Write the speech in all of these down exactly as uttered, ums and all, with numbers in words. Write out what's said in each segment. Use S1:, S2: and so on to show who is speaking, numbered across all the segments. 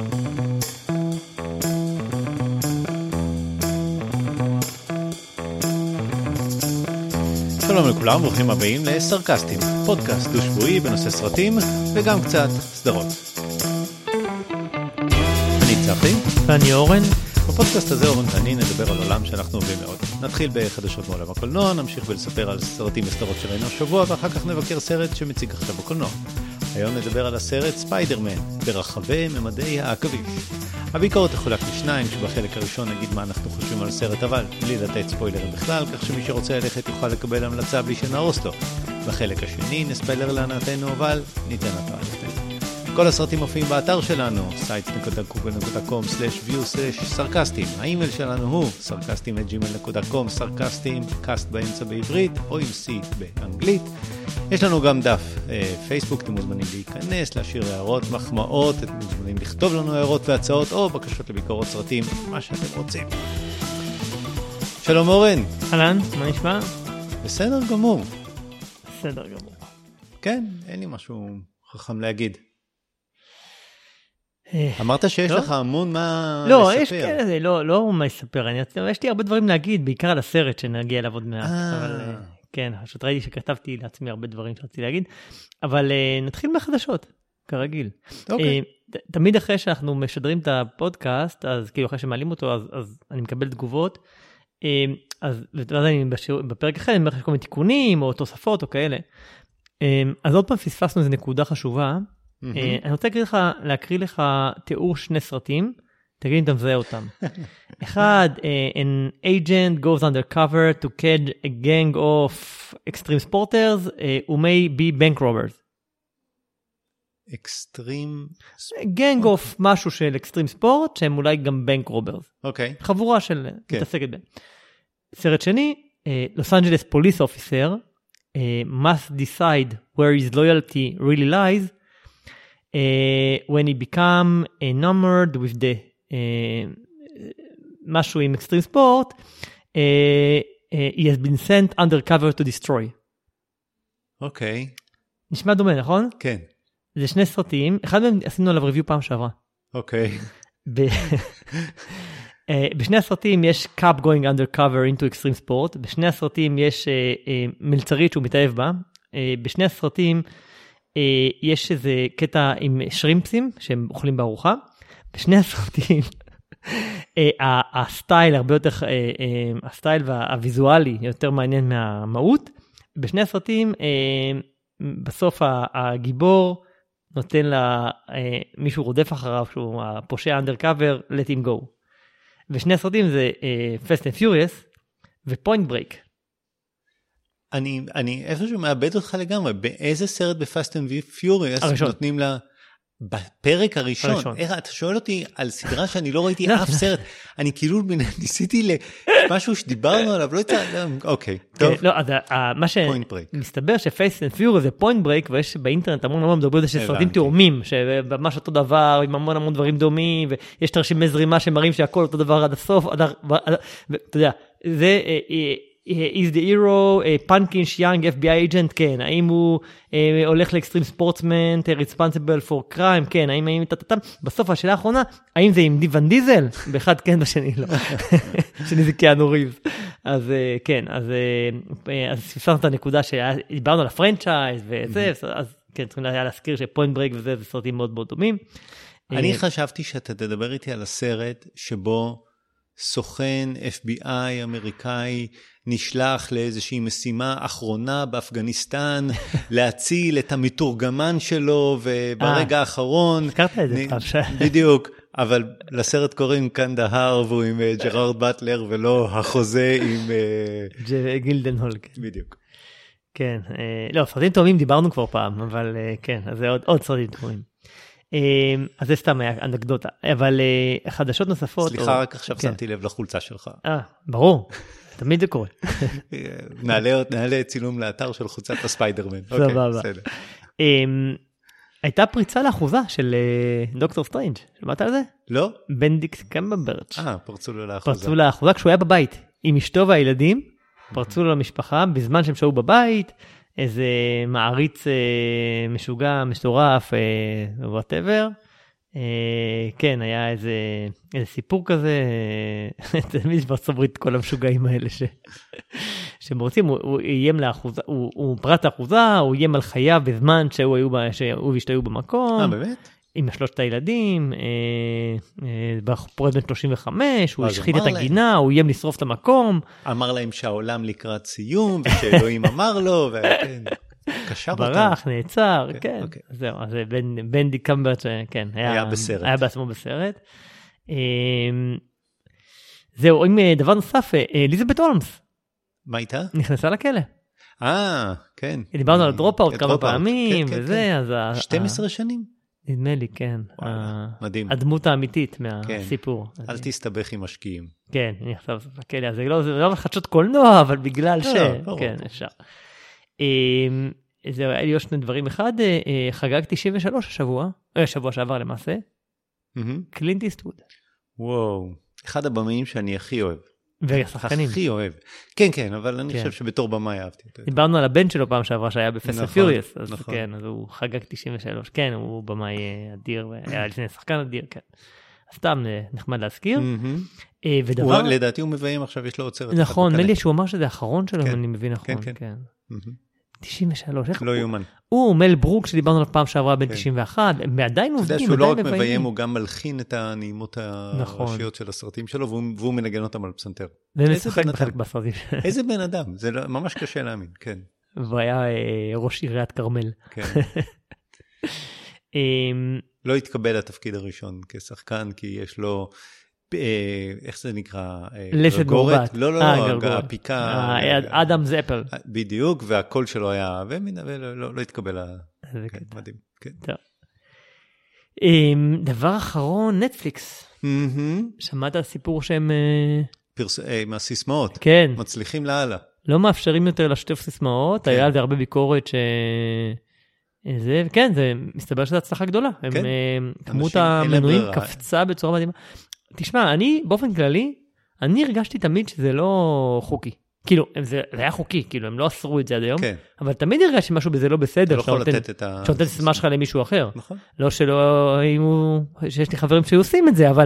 S1: שלום לכולם, ברוכים הבאים לסרקסטים, פודקאסט דו-שבועי בנושא סרטים וגם קצת סדרות. אני צחי.
S2: ואני אורן.
S1: בפודקאסט הזה אורן ואני נדבר על עולם שאנחנו אוהבים מאוד. נתחיל בחדשות מעולם הקולנוע, נמשיך ולספר על סרטים וסדרות שראינו השבוע, ואחר כך נבקר סרט שמציג עכשיו בקולנוע. היום נדבר על הסרט ספיידרמן, ברחבי ממדי העכביש. הביקורת תחולק לשניים, שבחלק הראשון נגיד מה אנחנו חושבים על סרט, אבל בלי לתת ספוילרים בכלל, כך שמי שרוצה ללכת יוכל לקבל המלצה בלי שנהרוס לו. בחלק השני נספיילר לענתנו, אבל ניתן התראה לפני. כל הסרטים מופיעים באתר שלנו, סייטס דוט גוגל דוט קום סלאש ויו סלאש סרקסטים. האימייל שלנו הוא סרקסטים את ג'ימייל דוט קום, סרקסטים, קאסט באמצע בעברית, או עם סי באנגלית. יש לנו גם דף אה, פייסבוק, אתם מוזמנים להיכנס, להשאיר הערות, מחמאות, אתם מוזמנים לכתוב לנו הערות והצעות, או בקשות לביקורות סרטים, מה שאתם רוצים. שלום אורן.
S2: אהלן, מה נשמע?
S1: בסדר גמור.
S2: בסדר גמור.
S1: כן, אין לי משהו חכם להגיד. אמרת שיש לך המון מה
S2: לא,
S1: לספר.
S2: יש כאלה, לא, לא מה לספר, אני, יש לי הרבה דברים להגיד, בעיקר על הסרט שנגיע אליו עוד מעט, אבל כן, פשוט ראיתי שכתבתי לעצמי הרבה דברים שרציתי להגיד, אבל נתחיל מהחדשות, כרגיל.
S1: אוקיי.
S2: תמיד אחרי שאנחנו משדרים את הפודקאסט, אז כאילו אחרי שמעלים אותו, אז, אז אני מקבל תגובות, אז ואז אני בפרק אחר, אני אומר כל מיני תיקונים, או תוספות, או כאלה. אז עוד פעם פספסנו איזו נקודה חשובה, אני רוצה להקריא לך, להקריא לך תיאור שני סרטים, תגיד אם אתה מזהה אותם. אחד, an agent goes undercover to catch a gang of extreme sporters who may be bank robbers.
S1: extreme?
S2: gang of משהו של extreme sport, שהם אולי גם bank robbers.
S1: אוקיי.
S2: חבורה של מתעסקת בהם. סרט שני, Los Angeles police officer must decide where his loyalty really lies, Uh, when he become enamored with the uh, משהו עם extreme sport, uh, uh, he has been sent undercover to destroy.
S1: אוקיי. Okay.
S2: נשמע דומה, נכון?
S1: כן.
S2: זה שני סרטים, אחד מהם עשינו עליו ריוויו פעם שעברה.
S1: אוקיי. Okay.
S2: ב- uh, בשני הסרטים יש קאפ going undercover into extreme sport, בשני הסרטים יש uh, uh, מלצרית שהוא מתאהב בה, uh, בשני הסרטים יש איזה קטע עם שרימפסים שהם אוכלים בארוחה. בשני הסרטים הסטייל הרבה יותר, הסטייל והוויזואלי יותר מעניין מהמהות. בשני הסרטים בסוף הגיבור נותן לה מישהו רודף אחריו שהוא הפושע אנדרקאבר, let him go. ושני הסרטים זה Fast and Furious ו-Point Break.
S1: אני, אני איפשהו מאבד אותך לגמרי, באיזה סרט בפאסט אנד פיוריוס נותנים לה, בפרק הראשון, הראשון. איך, אתה שואל אותי על סדרה שאני לא ראיתי אף סרט, אני כאילו ניסיתי למשהו שדיברנו עליו, לא יצא, אוקיי, טוב.
S2: לא, מה שמסתבר שפייסט אנד פיוריוס זה פוינט ברייק, ויש באינטרנט המון המון מדברים על זה שסרטים תאומים, שממש אותו דבר, עם המון המון דברים דומים, ויש תרשימי זרימה שמראים שהכל אותו דבר עד הסוף, אתה יודע, זה is the hero a punkish young אף בי איי agent? כן. האם הוא uh, הולך לאקסטרים ספורטסמן, responsible for crime? כן. האם, האם, תתתם? בסוף השאלה האחרונה, האם זה עם דיוון דיזל? באחד כן, בשני לא. שני זה קיאנו ריבס. אז uh, כן, אז, uh, אז ספסרנו את הנקודה שדיברנו על הפרנצ'ייז וזה, אז כן, צריכים להזכיר שפוינט ברייק וזה, זה סרטים מאוד מאוד דומים.
S1: אני חשבתי שאתה תדבר איתי על הסרט שבו סוכן אף בי איי אמריקאי נשלח לאיזושהי משימה אחרונה באפגניסטן, להציל את המתורגמן שלו, וברגע האחרון...
S2: הזכרת את זה.
S1: בדיוק, אבל לסרט קוראים קנדהר, והוא עם ג'רארד באטלר, ולא החוזה עם...
S2: גילדן הולק.
S1: בדיוק.
S2: כן, לא, סרטים תאומים דיברנו כבר פעם, אבל כן, אז זה עוד סרטים תאומים. אז זה סתם היה אנקדוטה, אבל חדשות נוספות...
S1: סליחה, רק עכשיו שמתי לב לחולצה שלך.
S2: אה, ברור. תמיד זה קורה.
S1: נעלה צילום לאתר של חולצת הספיידרמן.
S2: סבבה. הייתה פריצה לאחוזה של דוקטור סטרנג'. שמעת על זה?
S1: לא.
S2: בנדיקט קמברבץ'.
S1: אה, פרצו לו לאחוזה.
S2: פרצו לאחוזה כשהוא היה בבית, עם אשתו והילדים, פרצו לו למשפחה, בזמן שהם שהו בבית, איזה מעריץ משוגע, משטורף, whatever, כן, היה איזה סיפור כזה, תמיד בארצות הברית כל המשוגעים האלה שהם רוצים, הוא איים לאחוזה, הוא פרט האחוזה, הוא איים על חייו בזמן שהוא ואשתו היו במקום.
S1: אה, באמת?
S2: עם שלושת הילדים, פרויקט בן שלושים וחמש, הוא השחית את הגינה, הוא איים לשרוף את המקום.
S1: אמר להם שהעולם לקראת סיום, ושאלוהים אמר לו, וכן. קשר אותם.
S2: ברח, נעצר, כן. זהו, אז בנדי קמברץ', כן.
S1: היה בסרט.
S2: היה בעצמו בסרט. זהו, עם דבר נוסף, אליזבת הולמס.
S1: מה איתה?
S2: נכנסה לכלא.
S1: אה, כן.
S2: דיברנו על דרופ-אאוט כמה פעמים, וזה, אז...
S1: שתים עשרה שנים?
S2: נדמה לי, כן.
S1: מדהים.
S2: הדמות האמיתית מהסיפור.
S1: אל תסתבך עם משקיעים. כן,
S2: אני עכשיו לכלא, אז זה לא חדשות קולנוע, אבל בגלל ש... כן, אפשר. זהו, היה לי עוד שני דברים. אחד, חגג תשעים ושלוש השבוע, שבוע שעבר למעשה, קלינט איסטווד.
S1: וואו, אחד הבמאים שאני הכי אוהב.
S2: והשחקנים.
S1: הכי אוהב. כן, כן, אבל אני חושב שבתור במאי אהבתי אותו.
S2: דיברנו על הבן שלו פעם שעברה שהיה בפסט אנד פיוריוס, אז כן, אז הוא חגג תשעים ושלוש, כן, הוא במאי אדיר, היה לפני שחקן אדיר, כן. סתם נחמד להזכיר.
S1: לדעתי הוא מביים עכשיו, יש לו עוד סרט.
S2: נכון, נדמה לי שהוא אמר שזה האחרון שלו, אם אני מבין נכון. כן. תשעים ושלוש, איך
S1: לא יומן.
S2: הוא, מל ברוק, שדיברנו עליו פעם שעברה בין תשעים ואחת, הם עדיין עובדים,
S1: עדיין מביים. אתה יודע שהוא לא רק מביים, הוא גם מלחין את הנעימות הראשיות של הסרטים שלו, והוא מנגן אותם על פסנתר.
S2: ומשחק בחלק בסרטים.
S1: איזה בן אדם, זה ממש קשה להאמין, כן.
S2: והוא היה ראש עיריית כרמל.
S1: כן. לא התקבל התפקיד הראשון כשחקן, כי יש לו... איך זה נקרא?
S2: לסת מעוות.
S1: לא, לא, לא, הפיקה.
S2: אדם זפל.
S1: בדיוק, והקול שלו היה, ולא התקבל. מדהים.
S2: דבר אחרון, נטפליקס. שמעת הסיפור שהם...
S1: עם הסיסמאות.
S2: כן.
S1: מצליחים להלאה.
S2: לא מאפשרים יותר לשתף סיסמאות, היה על זה הרבה ביקורת ש... זה, כן, זה מסתבר שזו הצלחה גדולה. כמות המנויים קפצה בצורה מדהימה. תשמע, אני באופן כללי, אני הרגשתי תמיד שזה לא חוקי. כאילו, זה היה חוקי, כאילו, הם לא אסרו את זה עד היום, אבל תמיד הרגשתי משהו בזה לא בסדר.
S1: אתה לא יכול לתת את ה...
S2: שנותן סיסמה שלך למישהו אחר. נכון. לא שלא, שיש לי חברים שעושים את זה, אבל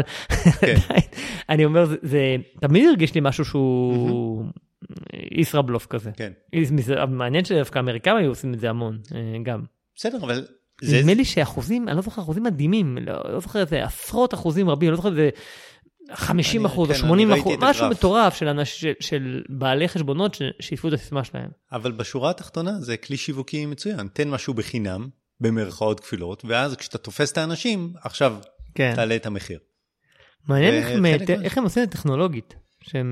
S2: אני אומר, זה תמיד הרגיש לי משהו שהוא ישראבלוף כזה. כן. מעניין שדווקא האמריקאים היו עושים את זה המון, גם.
S1: בסדר, אבל...
S2: נדמה לי שאחוזים, אני לא זוכר, אחוזים מדהימים, לא זוכר איזה עשרות אחוזים רבים, אני לא זוכר איזה חמישים אחוז או שמונים אחוז, משהו מטורף של בעלי חשבונות שיתפו את הסיסמה שלהם.
S1: אבל בשורה התחתונה זה כלי שיווקי מצוין, תן משהו בחינם, במרכאות כפילות, ואז כשאתה תופס את האנשים, עכשיו תעלה את המחיר.
S2: מעניין איך הם עושים את טכנולוגית, שהם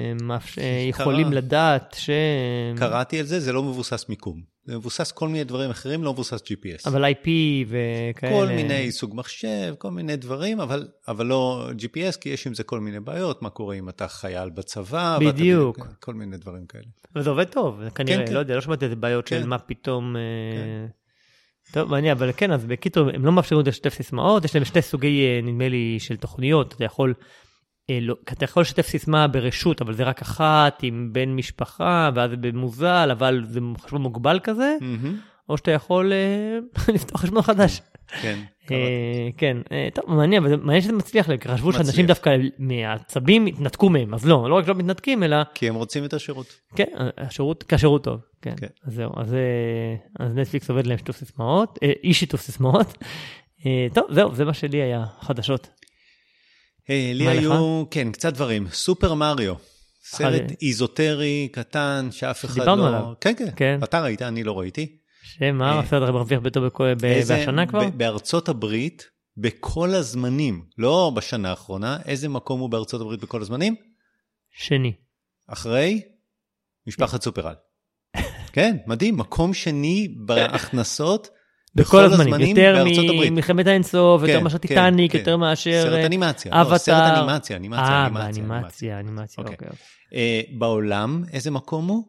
S2: יכולים לדעת ש...
S1: קראתי על זה, זה לא מבוסס מיקום. זה מבוסס כל מיני דברים אחרים, לא מבוסס ג'י פי אס.
S2: אבל איי פי וכאלה.
S1: כל מיני סוג מחשב, כל מיני דברים, אבל, אבל לא ג'י פי אס, כי יש עם זה כל מיני בעיות, מה קורה אם אתה חייל בצבא.
S2: בדיוק.
S1: ואתה, כל מיני דברים כאלה.
S2: וזה עובד טוב, כנראה, כן, כן. לא יודע, לא שמעתי איזה בעיות כן. של מה פתאום... כן. טוב, מעניין, אבל כן, אז בקיצור, הם לא מאפשרים לשתף סיסמאות, יש להם שתי סוגי, נדמה לי, של תוכניות, אתה יכול... לא, אתה יכול לשתף סיסמה ברשות, אבל זה רק אחת עם בן משפחה, ואז זה במוזל, אבל זה חשבון מוגבל כזה, mm-hmm. או שאתה יכול לפתוח חשבון חדש.
S1: כן.
S2: כן, טוב, מעניין, אבל מעניין שזה מצליח, חשבו שאנשים דווקא מהעצבים התנתקו מהם, אז לא, לא רק לא מתנתקים, אלא...
S1: כי הם רוצים את השירות.
S2: כן, השירות, כשרות טוב, כן. אז זהו, אז נטפליקס עובד להם שיתוף סיסמאות, אי שיתוף סיסמאות. טוב, זהו, זה מה שלי היה, חדשות.
S1: לי היו, כן, קצת דברים. סופר מריו, סרט איזוטרי, קטן, שאף אחד לא...
S2: דיברנו עליו.
S1: כן, כן, אתה ראית, אני לא ראיתי.
S2: שמה, הסרט הרי מרוויח ביתו בשנה כבר?
S1: בארצות הברית, בכל הזמנים, לא בשנה האחרונה, איזה מקום הוא בארצות הברית בכל הזמנים?
S2: שני.
S1: אחרי? משפחת סופרל. כן, מדהים, מקום שני בהכנסות, בכל הזמנים בארצות הברית. יותר ממלחמת האינסוף, יותר מאשר טיטניק, יותר מאשר...
S2: סרט אנימציה, לא, סרט אנימציה, אנימציה, אנימציה, אנימציה, אוקיי.
S1: בעולם, איזה מקום הוא?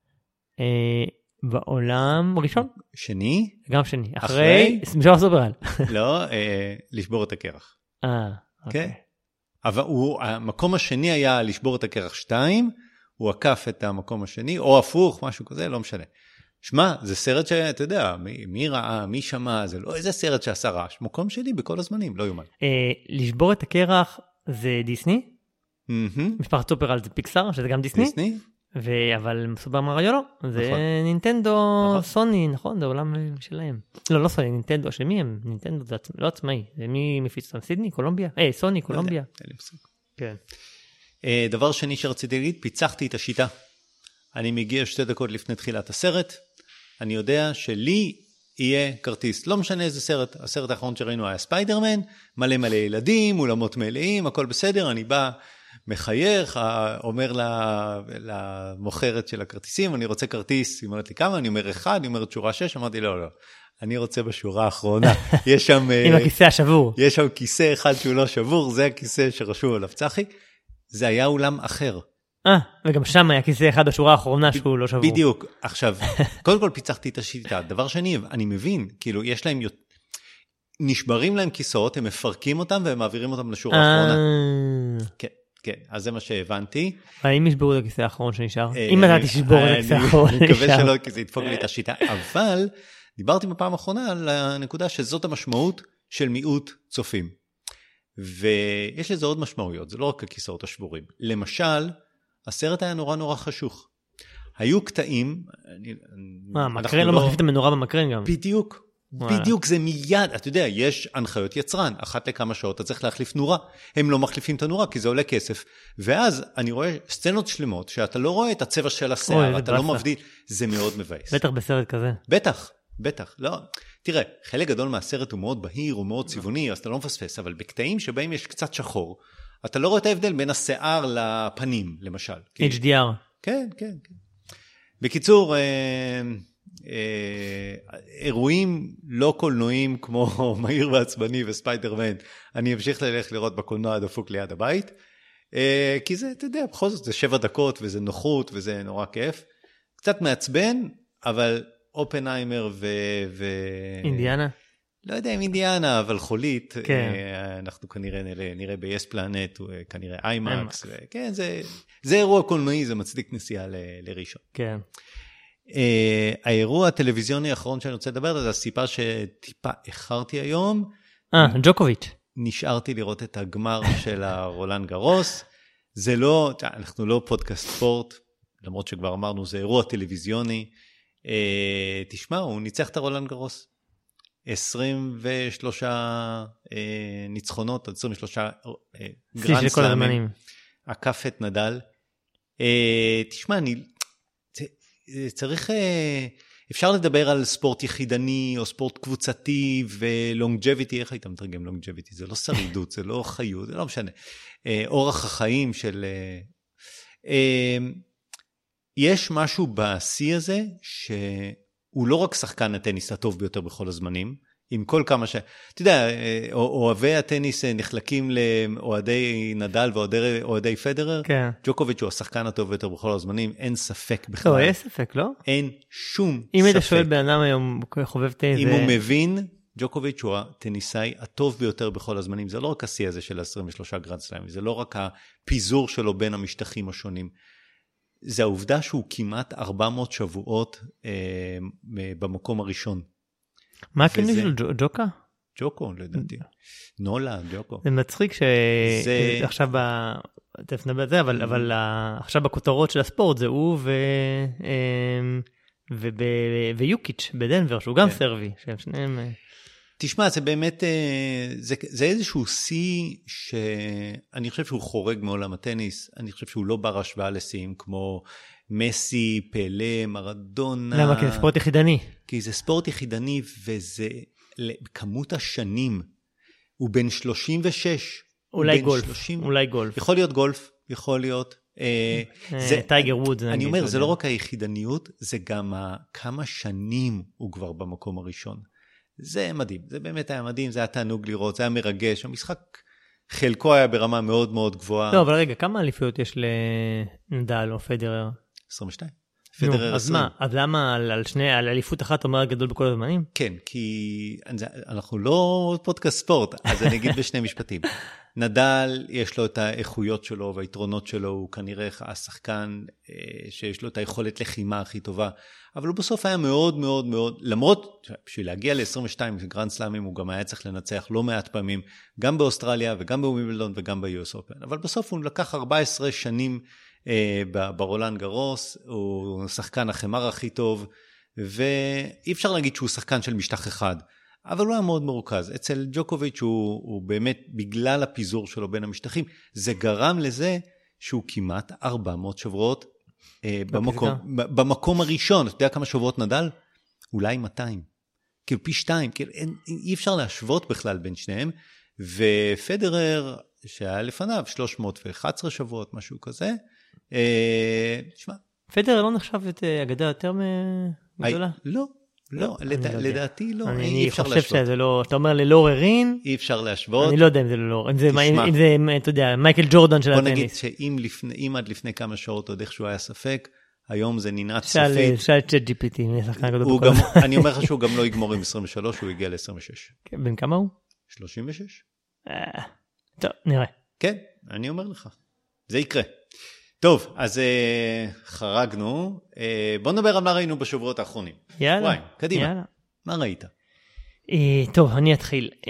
S2: בעולם, ראשון?
S1: שני?
S2: גם שני, אחרי... משפחת סופרל.
S1: לא, לשבור את הקרח.
S2: אה, אוקיי.
S1: אבל המקום השני היה לשבור את הקרח שתיים, הוא עקף את המקום השני, או הפוך, משהו כזה, לא משנה. שמע, זה סרט שאתה יודע, מי, מי ראה, מי שמע, זה לא איזה סרט שעשה רעש, מקום שלי בכל הזמנים, לא יומן.
S2: אה, לשבור את הקרח זה דיסני?
S1: Mm-hmm.
S2: משפחת סופרלד זה פיקסאר, שזה גם דיסני?
S1: דיסני?
S2: ו- אבל סופר מריו לא, זה
S1: נכון.
S2: נינטנדו,
S1: נכון.
S2: סוני, נכון, זה עולם שלהם. לא, לא סוני, נינטנדו, שמי הם? נינטנדו זה עצ... לא עצמאי, זה מי מפיץ אותם? סידני, קולומביה? אה, סוני, קולומביה.
S1: אין לי מושג.
S2: כן.
S1: אה, דבר שני שרציתי להגיד, פיצחתי את השיטה. אני מגיע שתי דקות לפני תחילת הסרט, אני יודע שלי יהיה כרטיס, לא משנה איזה סרט, הסרט האחרון שראינו היה ספיידרמן, מלא מלא ילדים, אולמות מלאים, הכל בסדר, אני בא מחייך, אומר למוכרת של הכרטיסים, אני רוצה כרטיס, היא אומרת לי כמה, אני אומר אחד, היא אומרת שורה שש, אמרתי לא, לא, אני רוצה בשורה האחרונה, יש שם...
S2: עם הכיסא השבור.
S1: יש שם כיסא אחד שהוא לא שבור, זה הכיסא שרשום עליו צחי, זה היה אולם אחר.
S2: אה, וגם שם היה כיסא אחד בשורה האחרונה שהוא לא שבור.
S1: בדיוק. עכשיו, קודם כל פיצחתי את השיטה. דבר שני, אני מבין, כאילו, יש להם, נשברים להם כיסאות, הם מפרקים אותם והם מעבירים אותם לשורה האחרונה. כן, כן. אז זה מה שהבנתי.
S2: האם ישברו את הכיסא האחרון שנשאר? אם אתה תשבור את הכיסא האחרון שנשאר.
S1: אני מקווה שלא, כי זה ידפוק לי את השיטה. אבל, דיברתי בפעם האחרונה על הנקודה שזאת המשמעות של מיעוט צופים. ויש לזה עוד משמעויות, זה לא רק הכיסאות השבורים. למשל, הסרט היה נורא נורא חשוך. היו קטעים...
S2: מה, מקרן לא מחליף את המנורה במקרן גם?
S1: בדיוק, בדיוק זה מיד. אתה יודע, יש הנחיות יצרן, אחת לכמה שעות אתה צריך להחליף נורה. הם לא מחליפים את הנורה כי זה עולה כסף. ואז אני רואה סצנות שלמות שאתה לא רואה את הצבע של השיער, אתה לא מבדיל, זה מאוד מבאס.
S2: בטח בסרט כזה.
S1: בטח, בטח. לא, תראה, חלק גדול מהסרט הוא מאוד בהיר, הוא מאוד צבעוני, אז אתה לא מפספס, אבל בקטעים שבהם יש קצת שחור, אתה לא רואה את ההבדל בין השיער לפנים, למשל.
S2: אייץ' די אר.
S1: כן, כן, כן. בקיצור, אה, אה, אירועים לא קולנועים כמו מהיר ועצבני וספיידרמן, אני אמשיך ללכת לראות בקולנוע הדפוק ליד הבית, אה, כי זה, אתה יודע, בכל זאת זה שבע דקות וזה נוחות וזה נורא כיף. קצת מעצבן, אבל אופנהיימר ו... ו...
S2: אינדיאנה?
S1: לא יודע אם אינדיאנה, אבל חולית,
S2: כן.
S1: אנחנו כנראה נראה, נראה ב-Yes Planet, כנראה איימקס, כן, זה, זה אירוע קולנועי, זה מצדיק נסיעה ל, לראשון.
S2: כן.
S1: Uh, האירוע הטלוויזיוני האחרון שאני רוצה לדבר, זה הסיפה שטיפה איחרתי היום.
S2: אה, ג'וקוביץ'.
S1: נשארתי לראות את הגמר של הרולנד גרוס. זה לא, אנחנו לא פודקאסט ספורט, למרות שכבר אמרנו, זה אירוע טלוויזיוני. Uh, תשמע, הוא ניצח את הרולנד גרוס. עשרים ושלושה אה, ניצחונות, עשרים ושלושה אה, גרנד סלאמים, עקף את נדל. אה, תשמע, אני, זה, זה צריך, אה, אפשר לדבר על ספורט יחידני או ספורט קבוצתי ולונג'ביטי, איך היית מתרגם לונג'ביטי? זה לא שרידות, זה לא חיות, זה לא משנה. אה, אורח החיים של... אה, אה, יש משהו בעשי הזה ש... הוא לא רק שחקן הטניס הטוב ביותר בכל הזמנים, עם כל כמה ש... אתה יודע, אוהבי הטניס נחלקים לאוהדי נדל ואוהדי פדרר.
S2: כן.
S1: ג'וקוביץ' הוא השחקן הטוב ביותר בכל הזמנים, אין ספק בכלל.
S2: לא, יש ספק, לא?
S1: אין שום ספק.
S2: אם היית שואל בן אדם היום חובב טניס...
S1: אם הוא מבין, ג'וקוביץ' הוא הטניסאי הטוב ביותר בכל הזמנים. זה לא רק השיא הזה של עשרים ושלושה גרנד סלאמים, זה לא רק הפיזור שלו בין המשטחים השונים. זה העובדה שהוא כמעט ארבע מאות שבועות אה, במקום הראשון.
S2: מה הכינוי שלו? ג'וקה?
S1: ג'וקו, לדעתי. נולה, ג'וקו.
S2: זה מצחיק שעכשיו, תכף נדבר על זה, אבל עכשיו בכותרות של הספורט זה הוא ויוקיץ' בדנבר, שהוא גם סרבי, שהם שניהם...
S1: תשמע, זה באמת, זה, זה איזשהו שיא שאני חושב שהוא חורג מעולם הטניס, אני חושב שהוא לא בר השוואה לשיאים כמו מסי, פלה, מרדונה.
S2: למה? כי זה ספורט יחידני.
S1: כי זה ספורט יחידני, וזה, כמות השנים, הוא בין שלושים ושש.
S2: אולי גולף, שלושים, אולי גולף.
S1: יכול להיות גולף, יכול להיות. אה, זה,
S2: טייגר וודס.
S1: אני אומר, זה לא רק היחידניות, זה גם כמה שנים הוא כבר במקום הראשון. זה מדהים, זה באמת היה מדהים, זה היה תענוג לראות, זה היה מרגש, המשחק חלקו היה ברמה מאוד מאוד גבוהה.
S2: לא, אבל רגע, כמה אליפויות יש לנדל או פדרר?
S1: עשרים ושתיים.
S2: נו, אז מה, אז למה על שני, על אליפות אחת אומר גדול בכל הזמנים?
S1: כן, כי אנחנו לא פודקאסט ספורט, אז אני אגיד בשני משפטים. נדל, יש לו את האיכויות שלו והיתרונות שלו, הוא כנראה השחקן שיש לו את היכולת לחימה הכי טובה, אבל הוא בסוף היה מאוד מאוד מאוד, למרות בשביל להגיע ל-עשרים ושתיים גרנד סלאמים, הוא גם היה צריך לנצח לא מעט פעמים, גם באוסטרליה וגם בווימבלדון וגם ב-יו אס Open, אבל בסוף הוא לקח ארבע עשרה שנים ברולאן גרוס, הוא שחקן החמר הכי טוב, ואי אפשר להגיד שהוא שחקן של משטח אחד, אבל הוא היה מאוד מרוכז. אצל ג'וקוביץ' הוא, הוא באמת, בגלל הפיזור שלו בין המשטחים, זה גרם לזה שהוא כמעט ארבע מאות שבועות אה, במקום, במקום הראשון. אתה יודע כמה שבועות נדל? אולי מאתיים. כאילו פי שתיים. כאילו אין, אי אפשר להשוות בכלל בין שניהם. ופדרר, שהיה לפניו, שלוש מאות ואחת עשרה שבועות, משהו כזה. אה, תשמע.
S2: פדרר לא נחשב את אגדה יותר מגדולה?
S1: לא. לא, לדעתי לא,
S2: אי אפשר להשוות. אני חושב שזה לא, אתה אומר ללא עוררין,
S1: אי אפשר להשוות.
S2: אני לא יודע אם זה לא, אם זה, אתה יודע, מייקל ג'ורדן של הטניס.
S1: בוא נגיד שאם עד לפני כמה שעות עוד איכשהו היה ספק, היום זה ננעץ סופית.
S2: שאל את צ'אט ג'י פי טי,
S1: אני אומר לך שהוא גם לא יגמור עם עשרים ושלוש, הוא יגיע ל-עשרים ושש.
S2: בן כמה הוא?
S1: שלושים ושש.
S2: טוב, נראה.
S1: כן, אני אומר לך. זה יקרה. טוב, אז uh, חרגנו. Uh, בוא נדבר על מה ראינו בשבועות האחרונים.
S2: יאללה.
S1: וואי, קדימה.
S2: יאללה.
S1: מה ראית?
S2: Uh, טוב, אני אתחיל. Uh,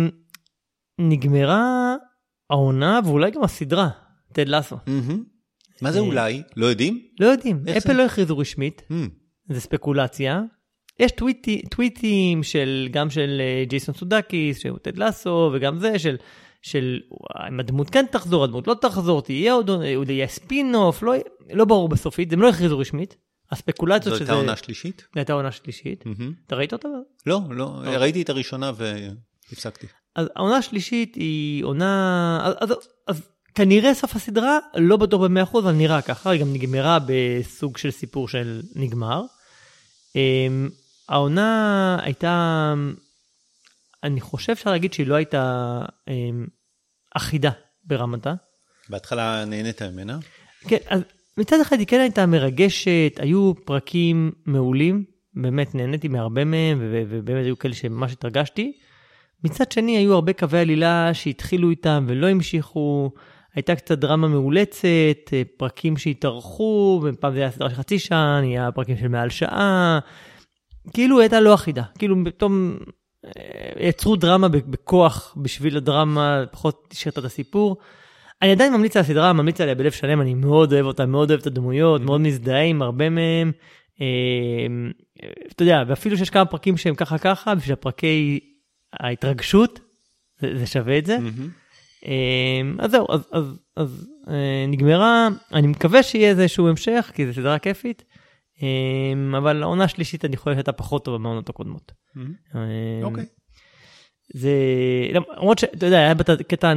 S2: נגמרה העונה, ואולי גם הסדרה, טד לסו.
S1: Mm-hmm. מה זה uh, אולי? לא יודעים?
S2: לא יודעים. אפל לא הכריזו רשמית. Mm. זה ספקולציה. יש טוויטי, טוויטים של, גם של uh, ג'ייסון סודקיס, שהוא טד לסו, וגם זה של... של אם הדמות כן תחזור, הדמות לא תחזור, תהיה עוד, עוד יהיה ספין-אוף, לא, לא ברור בסופית, הם לא הכריזו רשמית, הספקולציות שזה...
S1: זו הייתה עונה שלישית?
S2: זו הייתה עונה שלישית. אתה ראית אותה?
S1: לא, לא, ראיתי את הראשונה והפסקתי.
S2: אז העונה השלישית היא עונה, אז, אז, אז כנראה סוף הסדרה, לא בטוח ב-מאה אחוז, אבל נראה ככה, היא גם נגמרה בסוג של סיפור של נגמר. העונה הייתה... אני חושב אפשר להגיד שהיא לא הייתה אה, אחידה ברמתה.
S1: בהתחלה נהנית ממנה?
S2: כן, אז מצד אחד היא כן הייתה מרגשת, היו פרקים מעולים, באמת נהניתי מהרבה מהם, ובאמת היו כאלה שממש התרגשתי. מצד שני היו הרבה קווי עלילה שהתחילו איתם ולא המשיכו, הייתה קצת דרמה מעולצת, פרקים שהתארכו, ופעם זה היה סדרה של חצי שעה, היה פרקים של מעל שעה, כאילו הייתה לא אחידה, כאילו פתאום... יצרו דרמה בכוח בשביל הדרמה, פחות תשארת את הסיפור. אני עדיין ממליץ על הסדרה, ממליץ עליה בלב שלם, אני מאוד אוהב אותה, מאוד אוהב את הדמויות, מאוד מזדהה עם הרבה מהם. אתה יודע, ואפילו שיש כמה פרקים שהם ככה ככה, בשביל הפרקי ההתרגשות, זה שווה את זה. אז זהו, אז נגמרה, אני מקווה שיהיה איזשהו המשך, כי זו סדרה כיפית. אבל העונה השלישית אני חושב שהייתה פחות טובה מהעונות הקודמות.
S1: אוקיי.
S2: זה, למרות שאתה יודע, היה בקטע,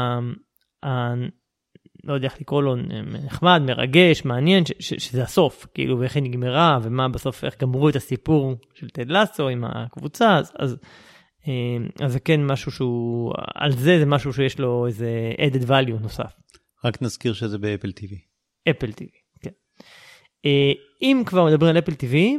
S2: לא יודע איך לקרוא לו, נחמד, מרגש, מעניין, שזה הסוף, כאילו, ואיך היא נגמרה, ומה בסוף, איך גמרו את הסיפור של טד לסו עם הקבוצה, אז זה כן משהו שהוא, על זה זה משהו שיש לו איזה added value נוסף.
S1: רק נזכיר שזה באפל טי וי.
S2: אפל טי וי. אם כבר מדברים על אפל טי וי,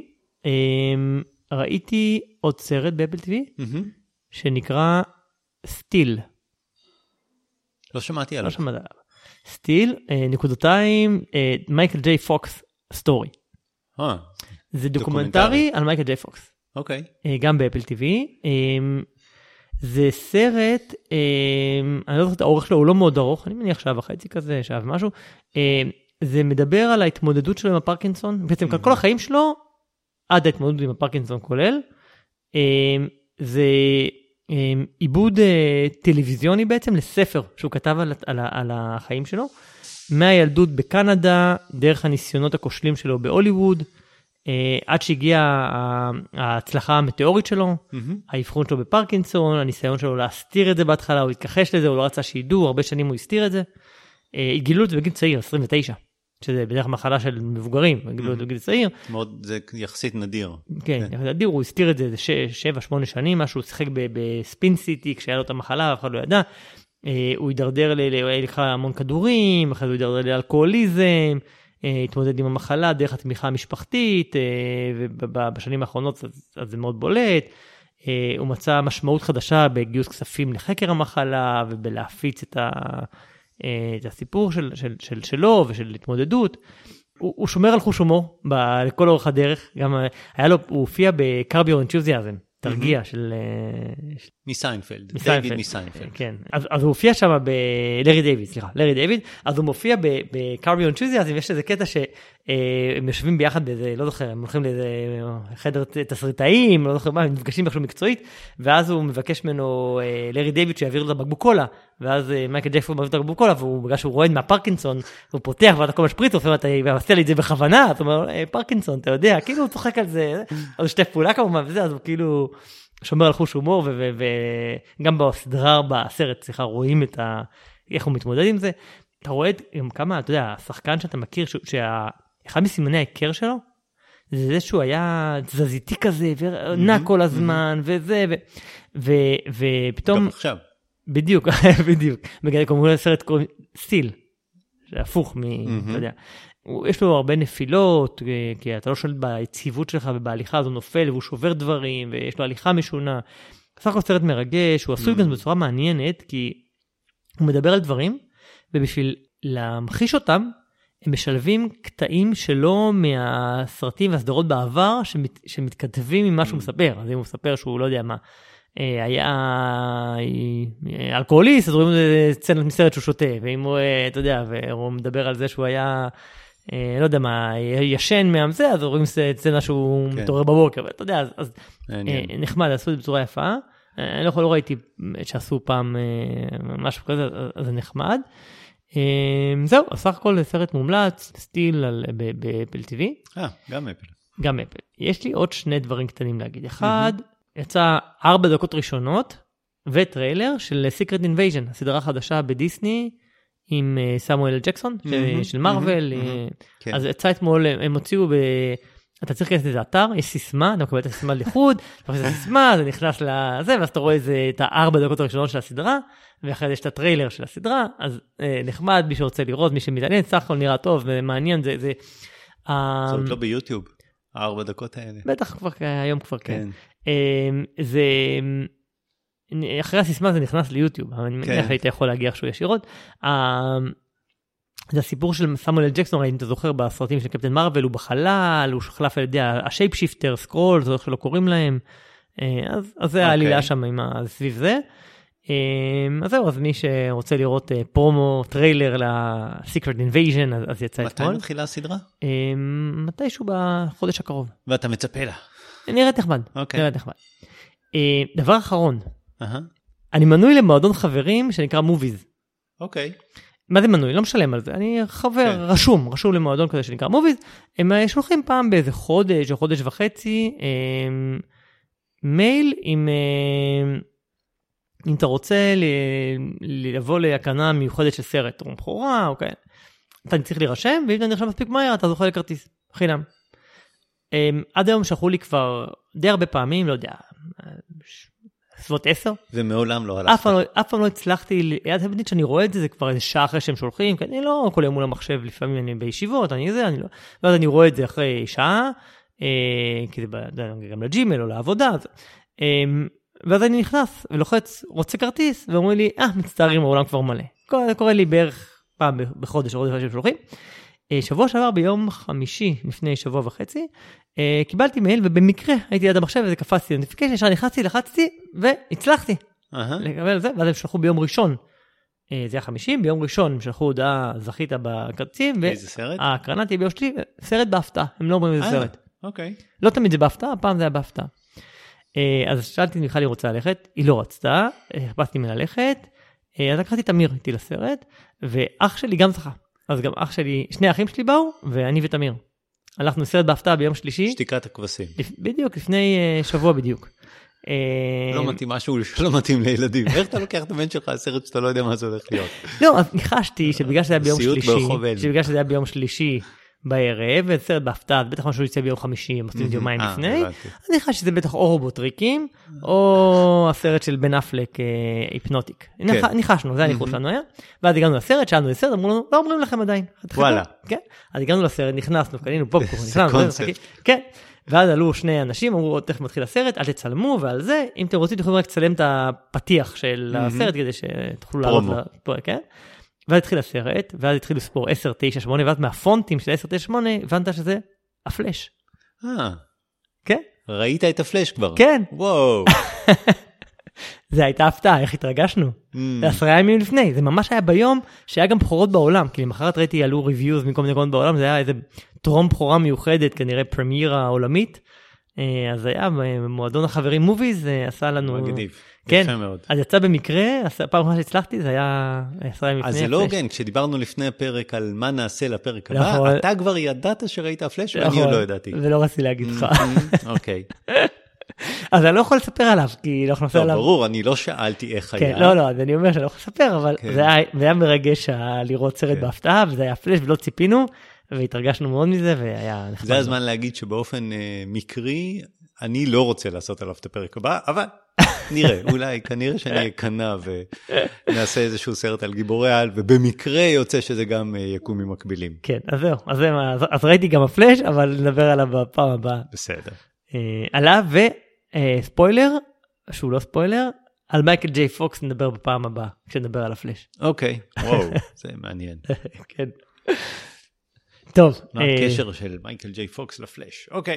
S2: ראיתי עוד סרט באפל טי וי, שנקרא סטיל.
S1: לא שמעתי עליו.
S2: לא שמעתי עליו. סטיל, נקודותיים, מייקל ג'יי פוקס סטורי. זה דוקומנטרי על מייקל ג'יי פוקס.
S1: אוקיי.
S2: גם באפל טי וי. זה סרט, אני לא זוכר את האורך שלו, הוא לא מאוד ארוך, אני מניח שעה וחצי כזה, שעה ומשהו. זה מדבר על ההתמודדות שלו עם הפרקינסון, בעצם כל החיים שלו, עד ההתמודדות עם הפרקינסון כולל, זה עיבוד טלוויזיוני בעצם לספר שהוא כתב על, על, על החיים שלו, מהילדות בקנדה, דרך הניסיונות הכושלים שלו בהוליווד, עד שהגיעה ההצלחה המטאורית שלו, האבחון שלו בפרקינסון, הניסיון שלו להסתיר את זה בהתחלה, הוא התכחש לזה, הוא לא רצה שידעו, הרבה שנים הוא הסתיר את זה, גילו את זה בגיל צעיר, עשרים ותשע, שזה בדרך מחלה של מבוגרים, גילו את זה בגיל צעיר.
S1: מאוד, זה יחסית נדיר.
S2: כן, יחסית נדיר, הוא הסתיר את זה שבע, שמונה שנים, משהו, הוא שיחק בספין סיטי, כשהיה לו את המחלה, אף אחד לא ידע, הוא הידרדר לקחה המון כדורים, אחרי זה הוא הידרדר לאלכוהוליזם, התמודד עם המחלה דרך התמיכה המשפחתית, ובשנים האחרונות אז זה מאוד בולט, הוא מצא משמעות חדשה בגיוס כספים לחקר המחלה, ובלהפיץ את, ה, את הסיפור של, של, של, שלו ושל התמודדות. הוא, הוא שומר על חוש הומור לכל אורך הדרך. גם היה לו, הוא הופיע ב-Curb Your Enthusiasm, תרגיע של...
S1: מסיינפלד, דיוויד מסיינפלד.
S2: כן, אז הוא הופיע שם בלארי דיוויד, סליחה, לארי דיוויד, אז הוא מופיע ב-Curb Your Enthusiasm, יש איזה קטע שהם יושבים ביחד באיזה, לא זוכר, הם הולכים לאיזה חדר תסריטאים, לא זוכר מה, הם נפגשים משהו מקצועית, ואז הוא מבקש ממנו, לארי דיוויד, שיעביר לו את הבקבוק קולה, ואז מייקל ג'קסון מעביר את הבקבוק קולה, ובגלל שהוא רועד מהפרקינסון, הוא פותח ואתה כל משפריץ, הוא עושה לי את זה בכוונה, אתה אומר, פרקינסון, אתה יודע, כאילו הוא צוחק על זה, אז שתי פעולה כמובן, וזה, אז הוא כאילו שומר על חוש הומור, וגם בסדרה, בסרט, סליחה, רואים את ה... איך הוא מתמודד עם זה. אתה רואה גם כמה, אתה יודע, השחקן שאתה מכיר, שאחד מסימני ההיכר שלו, זה זה שהוא היה תזזיתי כזה, ונע כל הזמן, וזה, ופתאום...
S1: גם עכשיו.
S2: בדיוק, בדיוק. בגלל כמובן הסרט קוראים סטיל, שהפוך מ... אתה יודע. יש לו הרבה נפילות, כי אתה לא שואל ביציבות שלך ובהליכה, אז הוא נופל והוא שובר דברים, ויש לו הליכה משונה. סך הכל סרט מרגש, הוא עשוי גם בצורה מעניינת, כי הוא מדבר על דברים, ובשביל להמחיש אותם, הם משלבים קטעים שלו מהסרטים והסדרות בעבר, שמת, שמתכתבים עם מה שהוא מספר. אז אם הוא מספר שהוא לא יודע מה, היה אלכוהוליסט, אז רואים סצנת מסרט שהוא שותה, ואם הוא, אתה יודע, והוא מדבר על זה שהוא היה... לא יודע מה, ישן מהמזה, אז רואים סצנה שהוא מתעורר בבוקר, ואתה יודע, אז נחמד, עשו את זה בצורה יפה, אני לא ראיתי שעשו פעם משהו כזה, אז זה נחמד. זהו, סך הכל סרט מומלץ, סטיל באפל טי וי.
S1: אה, גם אפל.
S2: גם אפל. יש לי עוד שני דברים קטנים להגיד. אחד, יצא ארבע דקות ראשונות, וטריילר של Secret Invasion, הסדרה החדשה בדיסני, עם סמואל ג'קסון, של מרוול. אז יצא אתמול, הם הוציאו, אתה צריך להכנס לזה אתר, יש סיסמה, אתה מקבל את הסיסמה לחוד, אתה מכניס את הסיסמה, זה נכנס לזה, ואז אתה רואה את הארבע דקות הראשונות של הסדרה, ואחרי זה יש את הטריילר של הסדרה, אז נחמד, מי שרוצה לראות, מי שמתעניין, סך הכל נראה טוב, ומעניין, זה... זה
S1: עוד לא ביוטיוב, הארבע דקות האלה.
S2: בטח כבר, היום כבר כן. זה... אחרי הסיסמה זה נכנס ליוטיוב, אבל אני מניח היית יכול להגיע איכשהו ישירות. זה הסיפור של סמואל ג'קסון, אם אתה זוכר בסרטים של קפטן מרוול, הוא בחלל, הוא שחלף על ידי השייפ שיפטר, סקרול, זה איך שלא קוראים להם. אז זה העלילה שם סביב זה. אז זהו, אז מי שרוצה לראות פרומו, טריילר ל-Secret Invasion, אז יצא אתמול.
S1: מתי מתחילה הסדרה?
S2: מתישהו בחודש הקרוב.
S1: ואתה מצפה לה?
S2: נראית נחמד. נראית נחמד. דבר אחרון. אני מנוי למועדון חברים שנקרא מוביז.
S1: אוקיי.
S2: מה זה מנוי? לא משלם על זה. אני חבר, רשום, רשום למועדון כזה שנקרא מוביז. הם שולחים פעם באיזה חודש או חודש וחצי מייל עם... אם אתה רוצה לבוא להקרנה מיוחדת של סרט או בחורה, אוקיי. אתה צריך להירשם, ואם אתה נרשם מספיק מהר, אתה זוכה לכרטיס. חינם. עד היום שלחו לי כבר די הרבה פעמים, לא יודע, סביבות עשר.
S1: ומעולם לא הלכת.
S2: אף פעם לא הצלחתי, עד הבנית שאני רואה את זה, זה כבר איזה שעה אחרי שהם שולחים, כי אני לא כל יום מול המחשב, לפעמים אני בישיבות, אני זה, אני לא, ואז אני רואה את זה אחרי שעה, כי זה גם לג'ימל או לעבודה, ואז אני נכנס ולוחץ, רוצה כרטיס, ואומרים לי, אה, מצטערים, העולם כבר מלא. זה קורה לי בערך פעם בחודש, או חודש שהם שולחים. שבוע שעבר ביום חמישי, לפני שבוע וחצי, קיבלתי מייל, ובמקרה הייתי ליד המחשב, וזה קפצתי לנוטיפיקיישן, ישר נכנסתי, לחצתי, והצלחתי לקבל זה, ואז הם שלחו ביום ראשון, זה היה חמישים, ביום ראשון הם שלחו הודעה, זכית בקרצים,
S1: איזה סרט?
S2: ההקרנה תהיה ביום שלי, סרט בהפתעה, הם לא אומרים איזה סרט.
S1: אוקיי.
S2: לא תמיד זה בהפתעה, הפעם זה היה בהפתעה. אז שאלתי מיכל היא רוצה ללכת, היא לא רצתה, החפשתי מללכת, אז לקחתי את אמיר איתי לסרט, ואח שלי גם זכה. אז גם אח שלי, שני האחים שלי באו, ואני ותמיר. הלכנו לסרט בהפתעה ביום שלישי.
S1: שתיקת הכבשים.
S2: בדיוק, לפני שבוע בדיוק.
S1: לא מתאים משהו שלא מתאים לילדים. איך אתה לוקח את הבן שלך לסרט שאתה לא יודע מה זה הולך להיות?
S2: לא, אז ניחשתי שבגלל שזה היה ביום שלישי, שבגלל שזה היה ביום שלישי בערב, וסרט בהפתעה, בטח משהו יצא ביום חמישי, מסתים יומיים לפני, אז ניחשתי שזה בטח או רובוטריקים, או הסרט של בן אפלק, היפנוטיק. ניחשנו, זה הניחוש שלנו היה, ואז הגענו לסרט, שאלנו לסרט, אמרו לנו, לא אומרים לכם עדיין.
S1: וואלה.
S2: כן, אז הגענו לסרט, נכנסנו, קנינו פופקורן, נכנסנו, כן, ואז עלו שני אנשים, אמרו, תכף מתחיל הסרט, אל תצלמו, ועל זה, אם אתם רוצים, תוכלו רק לצלם את הפתיח של הסרט, כדי שתוכלו לעלות לפה, כן? ואז התחיל הסרט, ואז התחיל לספור עשר, תשע, שמונה, ואז מהפונטים של עשר, תשע, שמונה, הבנת שזה הפלאש.
S1: אה.
S2: כן?
S1: ראית את הפלאש כבר?
S2: כן.
S1: וואו.
S2: זה הייתה הפתעה, איך התרגשנו. זה עשרה ימים לפני, זה ממש היה ביום שהיה גם בחירות בעולם, כי למחרת ראיתי עלו ריוויוז מכל מיני מקומות בעולם, זה היה איזה טרום בחורה מיוחדת, כנראה פרמיירה עולמית, אז זה היה מועדון החברים מוביז, עשה לנו...
S1: מגניב,
S2: כן,
S1: יפה מאוד.
S2: אז יצא במקרה, פעם אחת שהצלחתי, זה היה עשרה ימים לפני.
S1: אז זה לא הוגן, כשדיברנו לפני הפרק על מה נעשה לפרק הבא, אתה כבר ידעת שראית הפלאש, ואני עוד לא ידעתי.
S2: ולא רציתי להגיד לך.
S1: אוקיי.
S2: אז אני לא יכול לספר עליו, כי לא יכול לספר עליו.
S1: ברור, אני לא שאלתי איך היה.
S2: לא, לא, אז אני אומר שאני לא יכול לספר, אבל זה היה מרגש לראות סרט בהפתעה, וזה היה פלאש ולא ציפינו, והתרגשנו מאוד מזה, והיה נחמד.
S1: זה הזמן להגיד שבאופן מקרי, אני לא רוצה לעשות עליו את הפרק הבא, אבל נראה, אולי כנראה שאני אקנה ונעשה איזשהו סרט על גיבורי על, ובמקרה יוצא שזה גם יקום ממקבילים.
S2: כן, אז זהו, אז ראיתי גם הפלאש, אבל נדבר עליו בפעם הבאה.
S1: בסדר.
S2: עליו וספוילר, שהוא לא ספוילר, על מייקל ג'יי פוקס נדבר בפעם הבאה, כשנדבר על הפלאש.
S1: אוקיי, וואו, זה מעניין.
S2: כן. טוב.
S1: מה הקשר של מייקל ג'יי פוקס לפלאש? אוקיי.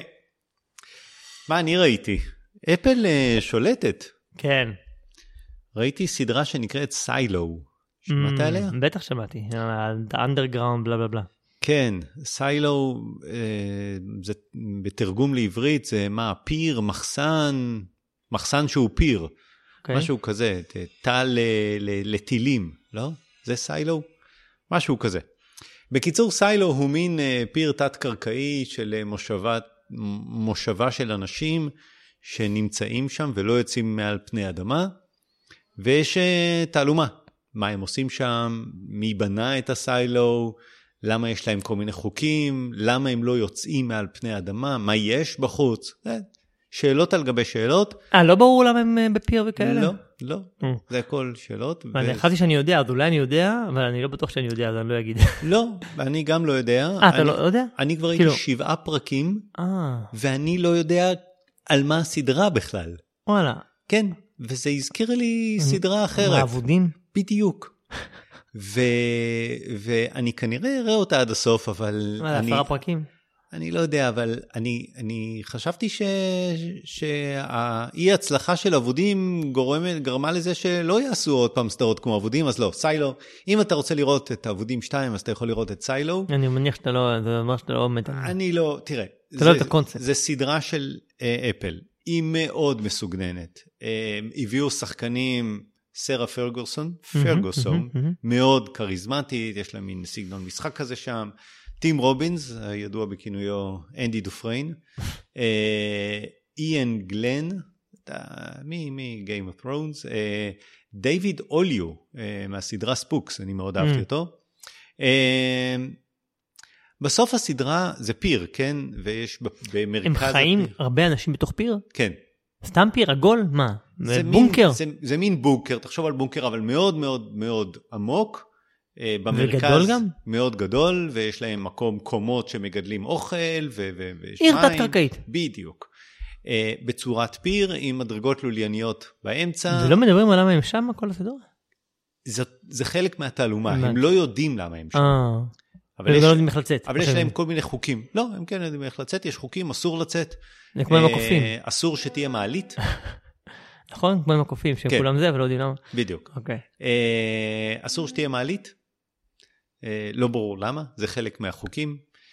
S1: מה אני ראיתי? אפל שולטת.
S2: כן.
S1: ראיתי סדרה שנקראת סיילו. שמעת עליה?
S2: בטח שמעתי. האנדרגראונד, בלה בלה בלה.
S1: כן, סיילו, זה בתרגום לעברית, זה מה, פיר, מחסן, מחסן שהוא פיר. משהו כזה, תא לטילים, לא? זה סיילו? משהו כזה. בקיצור, סיילו הוא מין פיר תת-קרקעי של מושבה, מושבה של אנשים שנמצאים שם ולא יוצאים מעל פני אדמה, ויש תעלומה. מה הם עושים שם? מי בנה את הסיילו? למה יש להם כל מיני חוקים? למה הם לא יוצאים מעל פני האדמה? מה יש בחוץ? שאלות על גבי שאלות.
S2: אה, לא ברור למה הם בפיר וכאלה?
S1: לא, לא. זה הכל שאלות.
S2: אני חשבתי שאני יודע, אז אולי אני יודע, אבל אני לא בטוח שאני יודע, אז אני לא אגיד.
S1: לא, אני גם לא יודע.
S2: אה, אתה לא יודע?
S1: אני כבר הייתי שבעה פרקים, ואני לא יודע על מה הסדרה בכלל.
S2: וואלה.
S1: כן, וזה הזכיר לי סדרה אחרת.
S2: מעבודים?
S1: בדיוק. ו... ואני כנראה אראה אותה עד הסוף, אבל...
S2: מה, עשרה פרקים?
S1: אני לא יודע, אבל אני, אני חשבתי ש... שהאי הצלחה של עבודים גורמת, גרמה לזה שלא יעשו עוד פעם סדרות כמו עבודים, אז לא, סיילו. אם אתה רוצה לראות את עבודים שתיים, אז אתה יכול לראות את סיילו.
S2: אני מניח שאתה לא, זה אומר שאתה לא עומד.
S1: אני לא, תראה.
S2: אתה לא את הקונספט.
S1: זה סדרה של אפל. היא מאוד מסוגננת. הביאו שחקנים... סרה פרגוסון, פרגוסון, מאוד קריזמטית, יש לה מין סגנון משחק כזה שם, טים רובינס, הידוע בכינויו אנדי דופריין, איאן גלן, מי Game of Thrones, דיוויד אוליו, מהסדרה ספוקס, אני מאוד אהבתי אותו. בסוף הסדרה זה פיר, כן? ויש במרכז...
S2: הם חיים הרבה אנשים בתוך פיר?
S1: כן.
S2: סתם פיר עגול? מה? זה בונקר?
S1: זה, זה מין בונקר, תחשוב על בונקר, אבל מאוד מאוד מאוד עמוק. במרכז,
S2: וגדול גם?
S1: מאוד גדול, ויש להם מקום קומות שמגדלים אוכל, ו- ו- ויש
S2: עיר
S1: מים.
S2: תת קרקעית.
S1: בדיוק. בצורת פיר, עם מדרגות לולייניות באמצע.
S2: ולא מדברים על למה הם שם כל הסדור?
S1: זה, זה חלק מהתעלומה, הם לא יודעים למה הם שם.
S2: אה.
S1: אבל יש,
S2: לא יודעים איך לצאת.
S1: אבל יש להם כל מיני חוקים. לא, הם כן יודעים איך לצאת, יש חוקים, אסור לצאת.
S2: זה כמו עם הקופים.
S1: אסור שתהיה מעלית.
S2: נכון? כמו עם הקופים, שהם כולם זה, אבל לא יודעים למה.
S1: בדיוק.
S2: אוקיי.
S1: אסור שתהיה מעלית. לא ברור למה, זה חלק מהחוקים.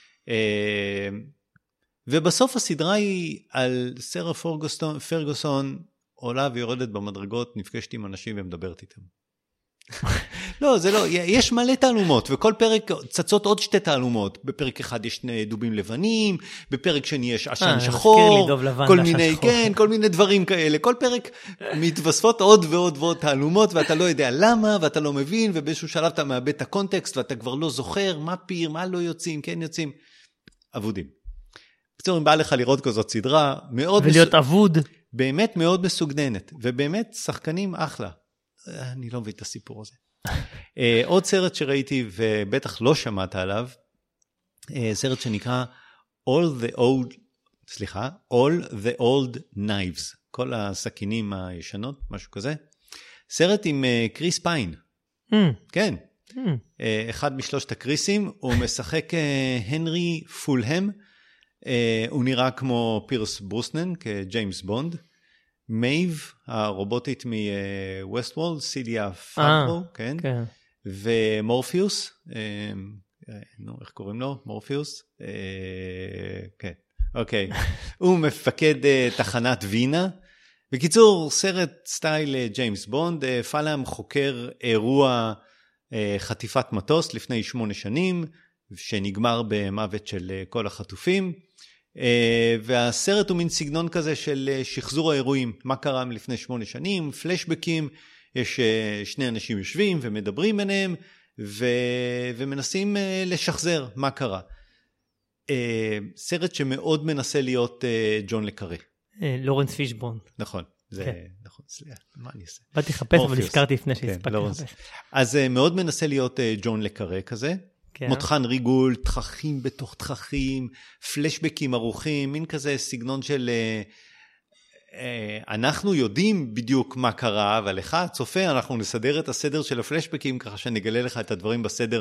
S1: ובסוף הסדרה היא על סרה פרגוסון, עולה ויורדת במדרגות, נפגשת עם אנשים ומדברת איתם. לא, זה לא, יש מלא תעלומות, וכל פרק צצות עוד שתי תעלומות. בפרק אחד יש דובים לבנים, בפרק שני יש עשן שחור, כל מיני, כן, כל מיני דברים כאלה. כל פרק מתווספות עוד ועוד ועוד תעלומות, ואתה לא יודע למה, ואתה לא מבין, ובאיזשהו שלב אתה מאבד את הקונטקסט, ואתה כבר לא זוכר מה פיר, מה לא יוצאים, כן יוצאים. עבודים. בקצור, אם בא לך לראות כזאת סדרה, מאוד...
S2: ולהיות עבוד.
S1: באמת מאוד מסוגננת, ובאמת שחקנים אחלה. אני לא מבין את הסיפור הזה. עוד סרט שראיתי, ובטח לא שמעת עליו, סרט שנקרא All the Old סליחה, All the Old Knives, כל הסכינים הישנות, משהו כזה. סרט עם קריס פיין. Mm. כן. Mm. אחד משלושת הקריסים, הוא משחק הנרי פולהם, הוא נראה כמו פירס ברוסנן, כג'יימס בונד. מייב, הרובוטית מווסט וולד, סיליה פאברו, כן. כן. ומורפיוס, נו, איך קוראים לו? מורפיוס? כן, אוקיי. הוא מפקד תחנת וינה. בקיצור, סרט סטייל ג'יימס בונד, פאלם חוקר אירוע חטיפת מטוס לפני שמונה שנים, שנגמר במוות של כל החטופים, והסרט הוא מין סגנון כזה של שחזור האירועים, מה קרה לפני שמונה שנים, פלשבקים, יש שני אנשים יושבים ומדברים ביניהם, ו... ומנסים לשחזר מה קרה. סרט שמאוד מנסה להיות ג'ון לקארי.
S2: לורנס פישבורן.
S1: נכון, זה נכון, סליחה, מה אני אעשה?
S2: באתי לחפש, אבל הזכרתי לפני שהספקתי לחפש.
S1: אז מאוד מנסה להיות ג'ון לקארי כזה, מותחן ריגול, תככים בתוך תככים, פלשבקים ארוכים, מין כזה סגנון של... אנחנו יודעים בדיוק מה קרה, אבל לך, צופה, אנחנו נסדר את הסדר של הפלשבקים, ככה שנגלה לך את הדברים בסדר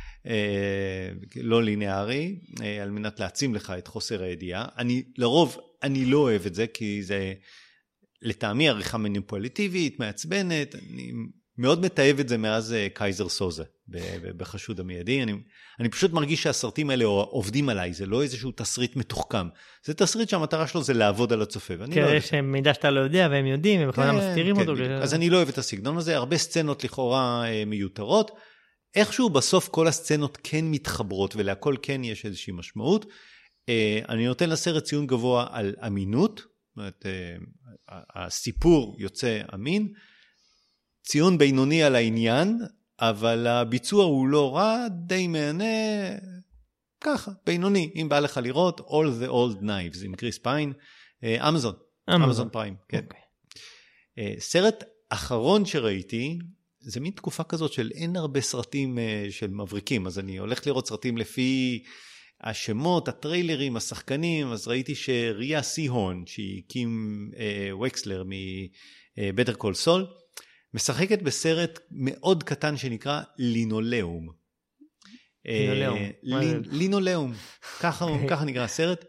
S1: לא ליניארי, על מנת להעצים לך את חוסר הידיעה. אני, לרוב, אני לא אוהב את זה, כי זה לטעמי עריכה מניפולטיבית, מעצבנת, אני מאוד מתאהב את זה מאז קייזר סוזה, בחשוד המיידי. אני, אני פשוט מרגיש שהסרטים האלה עובדים עליי, זה לא איזשהו תסריט מתוחכם. זה תסריט שהמטרה שלו זה לעבוד על הצופה.
S2: כי יש מידע שאתה לא יודע, והם יודעים, הם בכלל מסתירים אותו.
S1: אז אני לא אוהב את הסגנון הזה, הרבה סצנות לכאורה מיותרות. איכשהו בסוף כל הסצנות כן מתחברות, ולהכל כן יש איזושהי משמעות. אני נותן לסרט ציון גבוה על אמינות, זאת אומרת, הסיפור יוצא אמין, ציון בינוני על העניין, אבל הביצוע הוא לא רע, די מענה, ככה, בינוני, אם בא לך לראות, All the Old Knives, עם קריס פיין, אמזון, אמזון פריים, כן. סרט אחרון שראיתי, זה מין תקופה כזאת של אין הרבה סרטים של מבריקים, אז אני הולך לראות סרטים לפי השמות, הטריילרים, השחקנים, אז ראיתי שריה סיהון, שהיא קים וקסלר מבטר קול סול, משחקת בסרט מאוד קטן שנקרא לינולאום.
S2: לינולאום.
S1: לינולאום, ככה נקרא הסרט.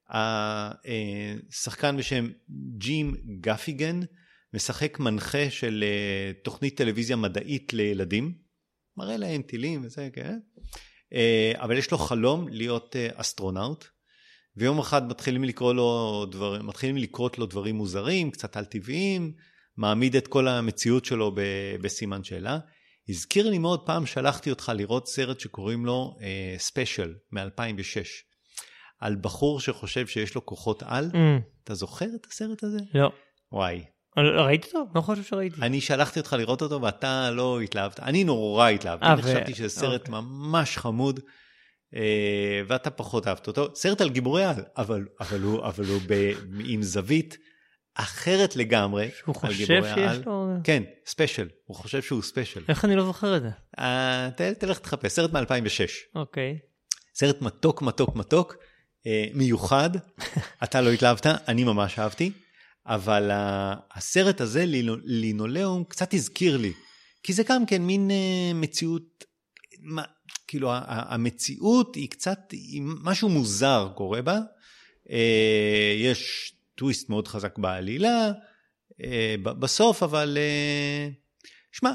S1: השחקן בשם ג'ים גפיגן, משחק מנחה של תוכנית טלוויזיה מדעית לילדים, מראה להם טילים וזה, כן? אבל יש לו חלום להיות אסטרונאוט, ויום אחד מתחילים לקרוא לו דברים, מתחילים לקרות לו דברים מוזרים, קצת על טבעיים, מעמיד את כל המציאות שלו בסימן שאלה. הזכיר לי מאוד פעם, שלחתי אותך לראות סרט שקוראים לו ספיישל מ-אלפיים ושש, על בחור שחושב שיש לו כוחות על. Mm. אתה זוכר את הסרט הזה?
S2: לא.
S1: וואי.
S2: ראיתי אותו? לא חושב שראיתי.
S1: אני שלחתי אותך לראות אותו ואתה לא התלהבת. אני נורא התלהבתי. אני חשבתי שזה סרט ממש חמוד, ואתה פחות אהבת אותו. סרט על גיבורי על, אבל, אבל הוא, אבל הוא ב, עם זווית אחרת לגמרי.
S2: הוא חושב שיש לו...
S1: כן, ספיישל. הוא חושב שהוא ספיישל.
S2: איך אני לא זוכר את זה?
S1: תלך תחפש. סרט מ-אלפיים ושש.
S2: אוקיי.
S1: סרט מתוק, מתוק, מתוק, מיוחד. אתה לא התלהבת, אני ממש אהבתי. אבל הסרט הזה, לינולאום, קצת הזכיר לי. כי זה גם כן מין מציאות, כאילו המציאות היא קצת, משהו מוזר קורה בה. יש טוויסט מאוד חזק בעלילה, בסוף, אבל שמע,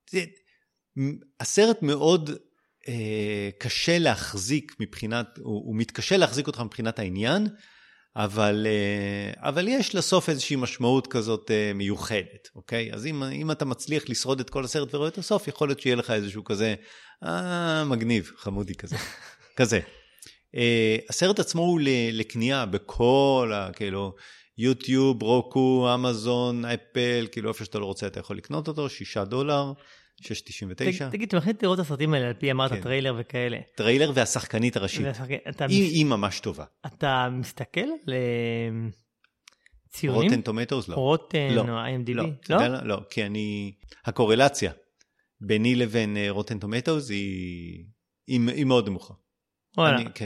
S1: הסרט מאוד קשה להחזיק מבחינת, הוא מתקשה להחזיק אותך מבחינת העניין, אבל, אבל יש לסוף איזושהי משמעות כזאת מיוחדת, אוקיי? אז אם, אם אתה מצליח לשרוד את כל הסרט ורואה את הסוף, יכול להיות שיהיה לך איזשהו כזה, אה, מגניב, חמודי כזה, כזה. הסרט עצמו הוא לקנייה בכל, כאילו, יוטיוב, רוקו, אמזון, אפל, כאילו איפה שאתה לא רוצה, אתה יכול לקנות אותו, שישה דולר, שש תשעים ותשע.
S2: תגיד, אתה מחליט לראות את הסרטים האלה, על פי אמרת טריילר וכאלה.
S1: טריילר והשחקנית הראשית. היא ממש טובה.
S2: אתה מסתכל על ציונים?
S1: רוטן טומטוס? לא.
S2: רוטן או איי אם די בי?
S1: לא? לא, כי אני, הקורלציה ביני לבין רוטן טומטוס היא מאוד נמוכה.
S2: וואלה.
S1: כן.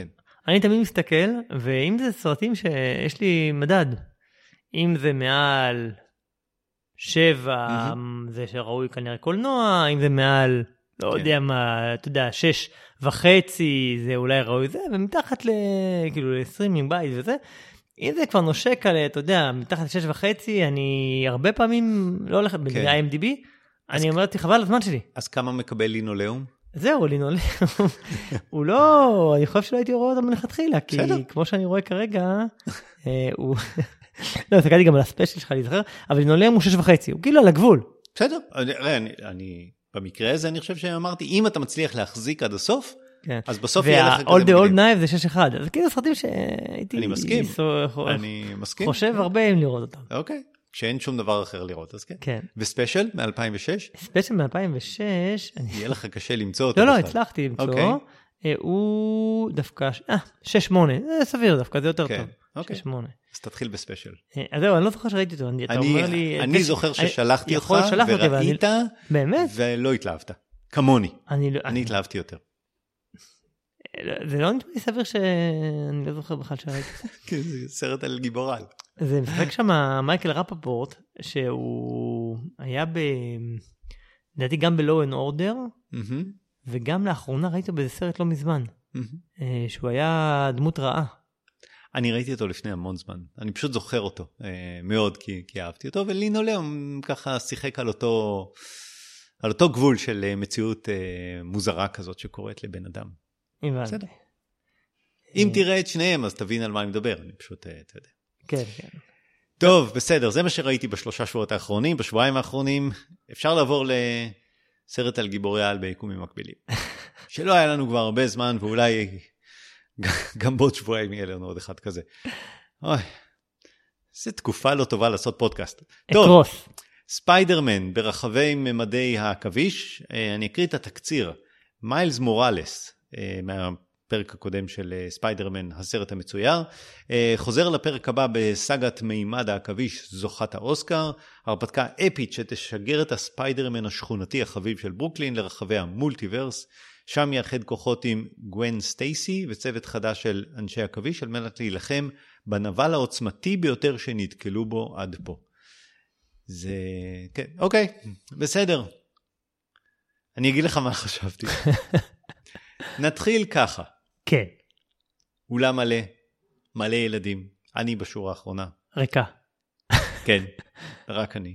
S2: אני תמיד מסתכל, ואם זה סרטים שיש לי מדד, אם זה מעל שבע, זה שראוי כנראה קולנוע, אם זה מעל, לא יודע מה, אתה יודע, שש וחצי, זה אולי ראוי זה, ומתחת ל, כאילו, ל-עשרים בית וזה, אם זה כבר נושק על, אתה יודע, מתחת לשש וחצי, אני הרבה פעמים לא הולך, ב-איי אם די בי, אני אומרת, חבל הזמן שלי. אז
S1: כמה מקבל לינולאום?
S2: זהו, לינולאום. הוא לא, אני חושב שלא הייתי רואה אותם מלכתחילה, כי כמו שאני רואה כרגע, הוא... לא, הסתכלתי גם על הספיישל שלך להיזכר, אבל לינולאום הוא שש וחצי, הוא כאילו על הגבול.
S1: בסדר, אני, במקרה הזה אני חושב שאמרתי, אם אתה מצליח להחזיק עד הסוף, אז בסוף יהיה לך כזה
S2: וה-All the Old Knives זה שש אחד, אז כאילו סרטים שהייתי...
S1: אני מסכים, אני מסכים.
S2: חושב הרבה אם לראות אותם.
S1: אוקיי, כשאין שום דבר אחר לראות, אז כן.
S2: כן.
S1: וספיישל מ-אלפיים ושש?
S2: ספיישל מ-אלפיים ושש...
S1: יהיה לך קשה למצוא אותו.
S2: לא, לא, הצלחתי למצוא. הוא דווקא... אה, שש שמונה, זה סביר דווקא, זה יותר טוב. שש שמונה.
S1: אז תתחיל בספיישל.
S2: אז זהו, אני לא זוכר שראיתי אותו.
S1: אני זוכר ששלחתי אותך וראית, ולא התלהבת. כמוני. אני התלהבתי יותר.
S2: זה לא נתמי סביר שאני לא זוכר בכלל שראיתי.
S1: כן, זה סרט על גיבורל.
S2: זה משחק שם מייקל רפפורט, שהוא היה ב... לדעתי גם ב-Law and Order, וגם לאחרונה ראיתי באיזה סרט לא מזמן, שהוא היה דמות רעה.
S1: אני ראיתי אותו לפני המון זמן, אני פשוט זוכר אותו מאוד, כי אהבתי אותו, ולינולאום ככה שיחק על אותו, על אותו גבול של מציאות מוזרה כזאת שקורית לבן אדם.
S2: בסדר.
S1: אם תראה את שניהם, אז תבין על מה אני מדבר, אני פשוט, אתה יודע.
S2: כן, כן.
S1: טוב, בסדר, זה מה שראיתי בשלושה שבועות האחרונים, בשבועיים האחרונים, אפשר לעבור לסרט על גיבורי על ביקומים מקבילים. שלא היה לנו כבר הרבה זמן, ואולי גם בעוד שבועיים יהיה לנו עוד אחד כזה. אוי, זו תקופה לא טובה לעשות פודקאסט. טוב, ספיידרמן ברחבי ממדי העכביש, אני אקריא את התקציר. מיילס מוראלס, מהפרק הקודם של ספיידרמן, הסרט המצויר, חוזר לפרק הבא בסגת מימד העכביש, זוכת האוסקר, הרפתקה אפית שתשגר את הספיידרמן השכונתי החביב של ברוקלין לרחבי המולטיברס, שם יאחד כוחות עם גוון סטייסי וצוות חדש של אנשי העכביש, על מנת להילחם בנבל העוצמתי ביותר שנתקלו בו עד פה. זה, כן, אוקיי, בסדר. אני אגיד לך מה חשבתי. נתחיל ככה.
S2: כן.
S1: אולם מלא, מלא ילדים. אני בשורה האחרונה.
S2: ריקה.
S1: כן, רק אני.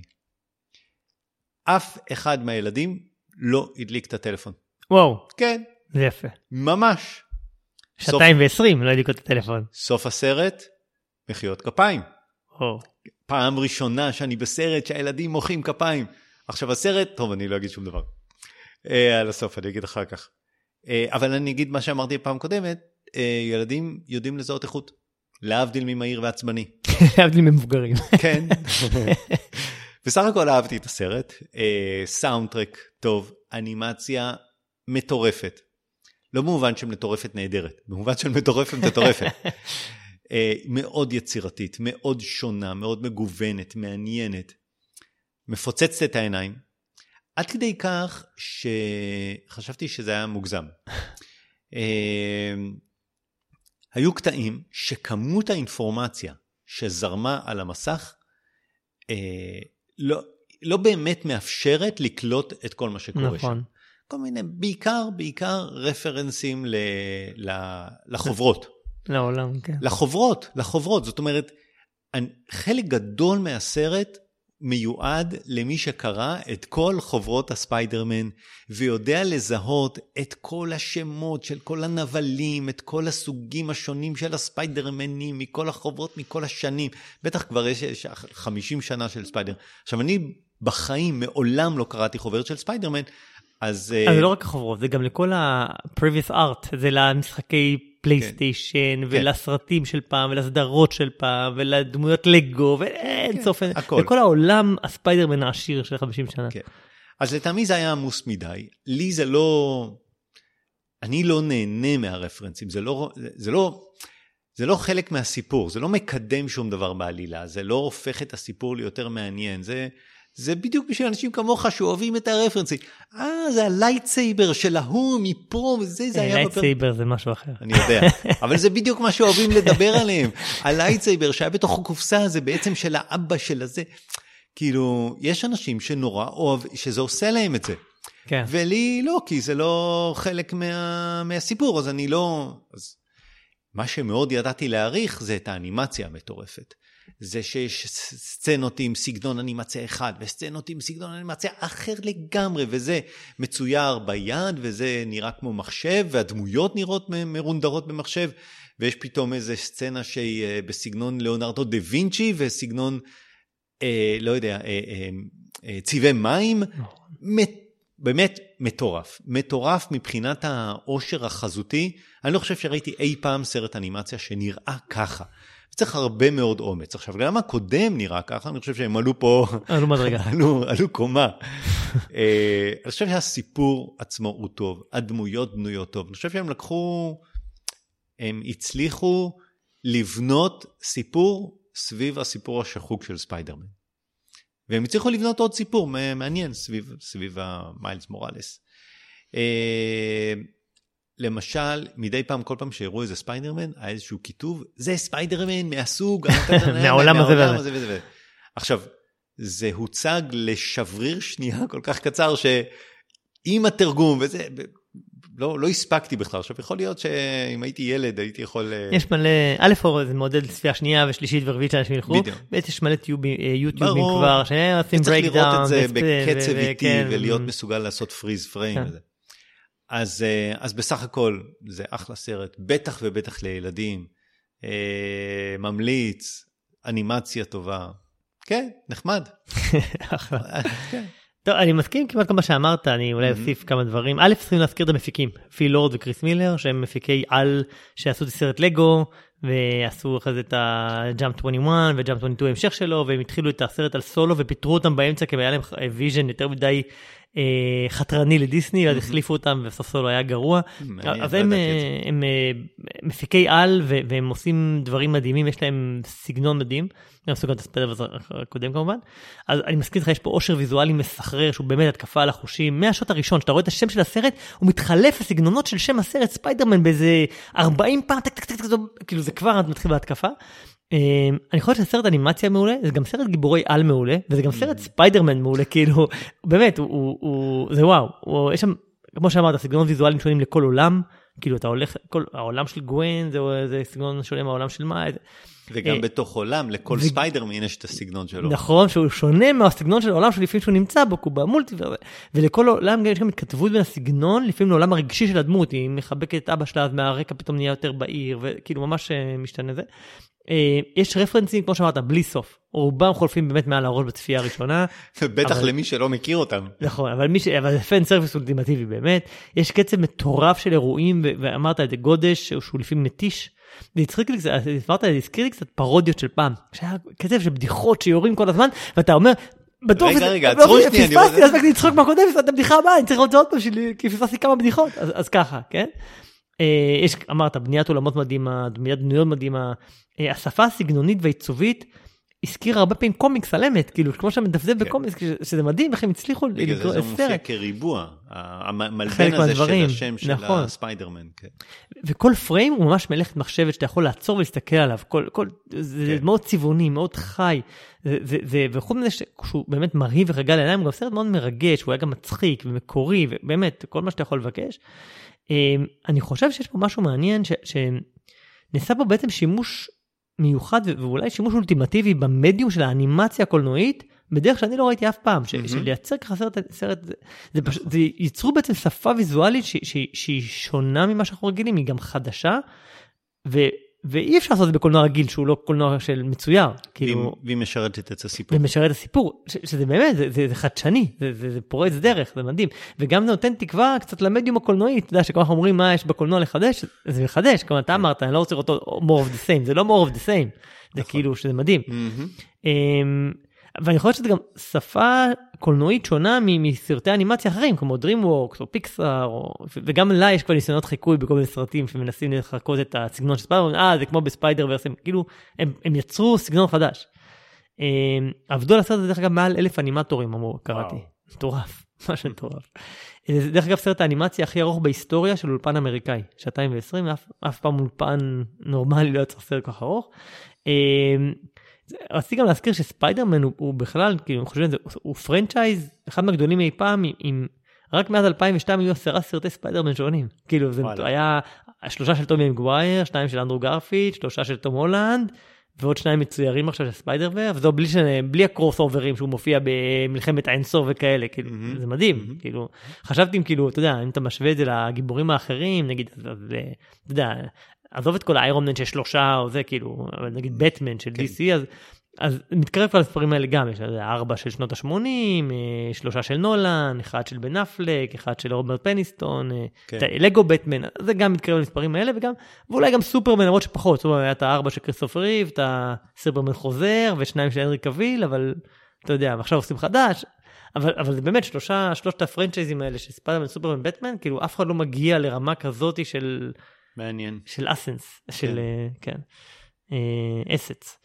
S1: אף אחד מהילדים לא הדליק את הטלפון.
S2: וואו.
S1: כן.
S2: זה יפה.
S1: ממש.
S2: שעתיים ועשרים לא הדליקו את הטלפון.
S1: סוף הסרט, מחיאות כפיים.
S2: וואו.
S1: פעם ראשונה שאני בסרט שהילדים מוחאים כפיים. עכשיו הסרט, טוב, אני לא אגיד שום דבר. על הסוף, אני אגיד אחר כך. אבל אני אגיד מה שאמרתי פעם קודמת, ילדים יודעים לזהות איכות, להבדיל ממהיר ועצבני.
S2: להבדיל ממבוגרים.
S1: כן. בסך הכל אהבתי את הסרט, סאונדטרק טוב, אנימציה מטורפת. לא במובן של מטורפת נהדרת, במובן של מטורפת מטורפת. מאוד יצירתית, מאוד שונה, מאוד מגוונת, מעניינת. מפוצצת את העיניים. עד כדי כך שחשבתי שזה היה מוגזם. היו קטעים שכמות האינפורמציה שזרמה על המסך לא, לא באמת מאפשרת לקלוט את כל מה שקורה שם. נכון. כל מיני, בעיקר, בעיקר רפרנסים ל, ל, לחוברות.
S2: לעולם, כן.
S1: לחוברות, לחוברות. זאת אומרת, חלק גדול מהסרט מיועד למי שקרא את כל חוברות הספיידרמן, ויודע לזהות את כל השמות של כל הנבלים, את כל הסוגים השונים של הספיידרמנים, מכל החוברות, מכל השנים. בטח כבר יש חמישים שנה של ספיידר. עכשיו, אני בחיים מעולם לא קראתי חוברת של ספיידרמן, אז...
S2: אז זה לא רק החוברות, זה גם לכל ה-previous art, זה למשחקי פלייסטיישן, ולסרטים של פעם, ולסדרות של פעם, ולדמויות לגו, ואין סוף, לכל העולם הספיידרמן העשיר של חמישים שנה.
S1: אז לטעמי זה היה עמוס מדי, לי זה לא, אני לא נהנה מהרפרנסים, זה לא, זה לא, זה לא חלק מהסיפור, זה לא מקדם שום דבר בעלילה, זה לא הופך את הסיפור ליותר מעניין, זה, זה בדיוק בשביל אנשים כמוך שאוהבים את הרפרנסים. אה, זה הלייטסייבר של ההוא מפה, וזה זה היה...
S2: לייטסייבר זה משהו אחר.
S1: אני יודע, אבל זה בדיוק מה שאוהבים לדבר עליהם. הלייטסייבר שהיה בתוך הקופסה הזה, בעצם של האבא של הזה. כאילו, יש אנשים שנורא אוהב, שזה עושה להם את זה.
S2: כן.
S1: ולי לא, כי זה לא חלק מה, מהסיפור, אז אני לא... אז מה שמאוד ידעתי להעריך זה את האנימציה המטורפת. זה שיש סצנות עם סגנון אנימציה אחד, וסצנות עם סגנון אנימציה אחר לגמרי, וזה מצויר ביד, וזה נראה כמו מחשב, והדמויות נראות מרונדרות במחשב, ויש פתאום איזו סצנה שהיא בסגנון ליאונרדו דה וינצ'י, וסגנון, אה, לא יודע, אה, אה, אה, צבעי מים, מט, באמת מטורף. מטורף מבחינת העושר החזותי. אני לא חושב שראיתי אי פעם סרט אנימציה שנראה ככה. צריך הרבה מאוד אומץ. עכשיו, גם הקודם נראה ככה, אני חושב שהם עלו פה...
S2: עלו מדרגה.
S1: עלו, עלו קומה. אני חושב שהסיפור עצמו הוא טוב, הדמויות בנויות טוב. אני חושב שהם לקחו, הם הצליחו לבנות סיפור סביב הסיפור השחוק של ספיידרמן. והם הצליחו לבנות עוד סיפור מעניין סביב, סביב המיילס מוראלס. למשל, מדי פעם, כל פעם שהראו איזה ספיידרמן, היה איזשהו כיתוב, זה ספיידרמן מהסוג,
S2: מהעולם הזה וזה.
S1: עכשיו, זה הוצג לשבריר שנייה כל כך קצר, שעם התרגום, וזה, לא, לא הספקתי בכלל. עכשיו, יכול להיות שאם הייתי ילד, הייתי יכול...
S2: יש מלא, א' או זה מודל צפייה שנייה ושלישית ורביעית שאנשים ילכו, בעצם יש מלא יוטיובים כבר, שעושים ברייקדאון.
S1: צריך לראות את זה בקצב איטי, ולהיות מסוגל לעשות פריז פריים וזה. אז, אז בסך הכל זה אחלה סרט, בטח ובטח לילדים, אה, ממליץ, אנימציה טובה, כן, נחמד.
S2: אחלה. כן. טוב, אני מסכים כמעט כמה שאמרת, אני אולי אוסיף כמה דברים. א', צריכים להזכיר את המפיקים, פיל לורד וקריס מילר, שהם מפיקי על שעשו את סרט לגו, ועשו אחרי זה את הג'אמפ עשרים ואחת וג'אמפ עשרים ושתיים המשך שלו, והם התחילו את הסרט על סולו, ופיתרו אותם באמצע, כי היה להם ויז'ן יותר מדי חתרני לדיסני, ואז החליפו אותם, וסוף סולו היה גרוע. אז הם, הם מפיקי על, והם עושים דברים מדהימים, יש להם סגנון מדהים, גם סוגן את הספיידר הקודם כמובן. אז אני מסכים לך, יש פה עושר ויזואלי מסחרר, שהוא באמת התקפה על החושים. מהשוט הראשון, שאתה רואה את השם של הסרט, הוא מתחלף לסגנונות של שם הסרט, ספיידרמן, באיזה ארבעים פעם, טק, טק, טק, טק, כאילו זה כבר מתחיל בהתקפה. אני חושב שזה סרט אנימציה מעולה, זה גם סרט גיבורי על מעולה, וזה גם סרט ספיידרמן מעולה, כאילו, באמת, זה וואו, יש שם, כמו שאמרת, סגנון ויזואליים שונים לכל עולם, כאילו אתה הולך, העולם של גווין, זה סגנון שונה מהעולם של מה,
S1: וגם בתוך עולם, לכל ספיידרמן יש את הסגנון שלו.
S2: נכון, שהוא שונה מהסגנון של העולם שלפעמים שהוא נמצא בו, הוא במולטיברס, ולכל עולם יש גם התכתבות בין הסגנון, לפעמים לעולם הרגשי של הדמות, היא מחבקת את אבא שלה, אז מהרקע פתאום נהיה יותר בעיר, וכאילו ממש משתנה זה. יש רפרנסים, כמו שאמרת, בלי סוף. רובם חולפים באמת מעל הראש בצפייה הראשונה.
S1: בטח למי שלא מכיר אותם.
S2: נכון, אבל זה פן סרוויס אולטימטיבי באמת. יש קצב מטורף של אירועים, ואמרת את זה גודש, שהוא לפעמים מתיש. זה הזכיר לי קצת פרודיות של פעם. שהיה קצב של בדיחות שיורים כל הזמן, ואתה אומר,
S1: רגע, רגע, עצרו שנייה.
S2: פספסתי, אז רק לצחוק מהקודם, את הבדיחה הבאה, אני צריך לראות עוד פעם שלי, כי פספסתי כמה בדיחות. אז ככה, כן? יש, אמרת, בניית עולמות מדהימה, בניית דמויות מדהימה, השפה הסגנונית והעיצובית הזכירה הרבה פעמים קומיקס על אמת, כאילו, כמו שמדפדף בקומיקס, שזה מדהים, איך הם הצליחו
S1: לקרוא סרט. בגלל זה זה מופיע כריבוע, המלבן הזה של השם של הספיידרמן.
S2: וכל פריים הוא ממש מלאכת מחשבת, שאתה יכול לעצור ולהסתכל עליו, זה מאוד צבעוני, מאוד חי, וחוץ מזה שהוא באמת מרהיב ורגע לעיניים, הוא גם סרט מאוד מרגש, הוא היה גם מצחיק ומקורי, ובאמת, כל מה שאתה יכול לבקש. אני חושב שיש פה משהו מעניין, שנעשה פה בעצם שימוש מיוחד, ואולי שימוש אולטימטיבי במדיום של האנימציה הקולנועית, בדרך שאני לא ראיתי אף פעם, שלייצר ככה סרט, זה ייצרו בעצם שפה ויזואלית שהיא שונה ממה שאנחנו רגילים, היא גם חדשה, ואי אפשר לעשות את זה בקולנוע רגיל, שהוא לא קולנוע של מצויר.
S1: והיא משרתת את הסיפור.
S2: ומשרת את הסיפור, שזה באמת, זה חדשני, זה פורץ דרך, זה מדהים. וגם זה נותן תקווה קצת למדיום הקולנועי, אתה יודע שכל אנחנו אומרים מה יש בקולנוע לחדש, זה מחדש, כמו אתה אמרת, אני לא רוצה לראות אותו more of the same, זה לא more of the same, זה כאילו שזה מדהים. ואני חושב שזה גם שפה קולנועית שונה מסרטי אנימציה אחרים, כמו DreamWorks או פיקסאר, וגם לה יש כבר ניסיונות חיקוי בכל מיני סרטים שמנסים לחכות את הסגנון של ספיידרמן, אה, זה כמו בספיידר ורס, כאילו, הם, הם יצרו סגנון חדש. עבדו על הסרט הזה דרך אגב מעל אלף אנימטורים, אמרו, קראתי. מטורף, משהו מטורף. זה דרך אגב סרט האנימציה הכי ארוך בהיסטוריה של אולפן אמריקאי, שעתיים ועשרים, אף, אף פעם אולפן נורמלי לא יצר סרט כך ארוך. רציתי גם להזכיר שספיידרמן הוא, הוא בכלל, כאילו, אני חושב שזה, הוא פרנצ'ייז, אחד מהגדולים אי פעם, עם, רק מאז אלפיים ושתיים היו עשרה סרטי ספיידרמן שונים. כאילו, זה היה שלושה של טומי מגווייר, שניים של אנדרו גרפיץ', שלושה של תום הולנד, ועוד שניים מצוירים עכשיו של ספיידר-ור, וזו בלי, בלי הקרוס אוברים שהוא מופיע במלחמת האינסוף וכאלה, כאילו, mm-hmm. זה מדהים, mm-hmm. כאילו, חשבתי אם כאילו, אתה יודע, אם אתה משווה את זה לגיבורים האחרים, נגיד, אז, אז, אתה יודע, עזוב את כל האיירון מן של שלושה, או זה כאילו, נגיד בטמן של די סי, אז, אז מתקרב על הספרים האלה גם, יש ארבע של שנות ה-שמונים, שלושה של נולן, אחד של בן אפלק, אחד של רוברט פניסטון, כן. לגו בטמן, זה גם מתקרב על הספרים האלה, וגם, ואולי גם סופרמן, למרות שפחות, זאת אומרת, היה את הארבע של כריסטופר ריב, את הסופרמן חוזר, ושניים של הנרי קוויל, אבל, אתה יודע, ועכשיו עושים חדש, אבל, אבל זה באמת שלושה, שלושת הפרנצ'ייזים האלה, של ספיידרמן, סופרמן, בטמן, כאילו, אף אחד לא מגיע לרמה כזאת של,
S1: מעניין.
S2: של אסנס, של, כן, אסץ.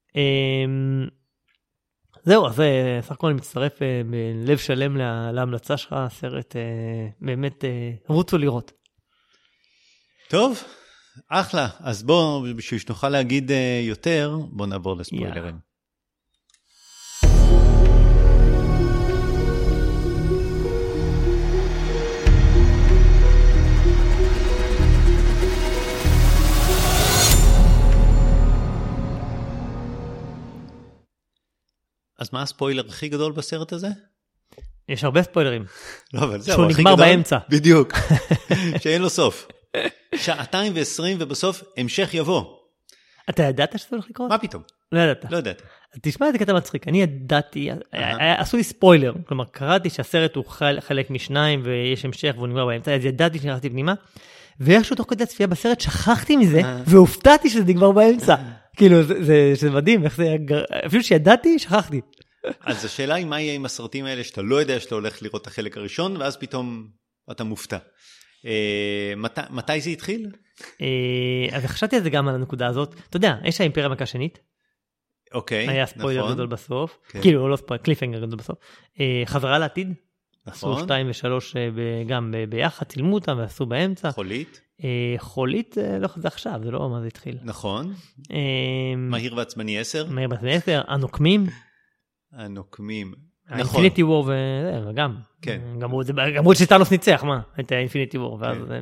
S2: זהו, אז סך הכל אני מצטרף בלב שלם להמלצה שלך, סרט באמת רוצו לראות.
S1: טוב, אחלה. אז בוא, בשביל שנוכל להגיד יותר, בוא נעבור לספוילרים. אז מה הספוילר הכי גדול בסרט הזה?
S2: יש הרבה ספוילרים.
S1: לא, אבל זהו,
S2: שהוא נגמר באמצע.
S1: בדיוק. שאין לו סוף. שעתיים ועשרים ובסוף המשך יבוא.
S2: אתה ידעת שזה הולך לקרות?
S1: מה פתאום?
S2: לא ידעת.
S1: לא ידעתי.
S2: תשמע את הקטע מצחיק. אני ידעתי, עשו לי ספוילר. כלומר, קראתי שהסרט הוא חלק משניים ויש המשך והוא נגמר באמצע. אז ידעתי שנכנסתי פנימה. ואיכשהו תוך כדי הצפייה בסרט שכחתי מזה והופתעתי שזה נגמר באמצע. כאילו, זה, זה מדהים, איך זה, אפילו שידעתי, שכחתי.
S1: אז השאלה היא, מה יהיה עם הסרטים האלה, שאתה לא יודע שאתה הולך לראות את החלק הראשון, ואז פתאום אתה מופתע. אה, מת, מתי זה התחיל?
S2: אה, אז חשבתי על זה גם על הנקודה הזאת. אתה יודע, יש האימפריה המכה שנית.
S1: אוקיי,
S2: היה ספוילר
S1: נכון.
S2: גדול בסוף.
S1: כן.
S2: כאילו, לא ספוילר, קליפהנגר גדול בסוף. אה, חזרה לעתיד.
S1: נכון.
S2: עשו שתיים ושלוש גם ביחד, צילמו אותם ועשו באמצע.
S1: חולית.
S2: חולית, לא זה עכשיו, זה לא מה זה התחיל.
S1: נכון. מהיר ועצבני עשר.
S2: מהיר ועצבני עשר, הנוקמים.
S1: הנוקמים. נכון.
S2: האינפיניטי וור וגם.
S1: כן.
S2: גמרו שטאנוס ניצח, מה? את האינפיניטי וור.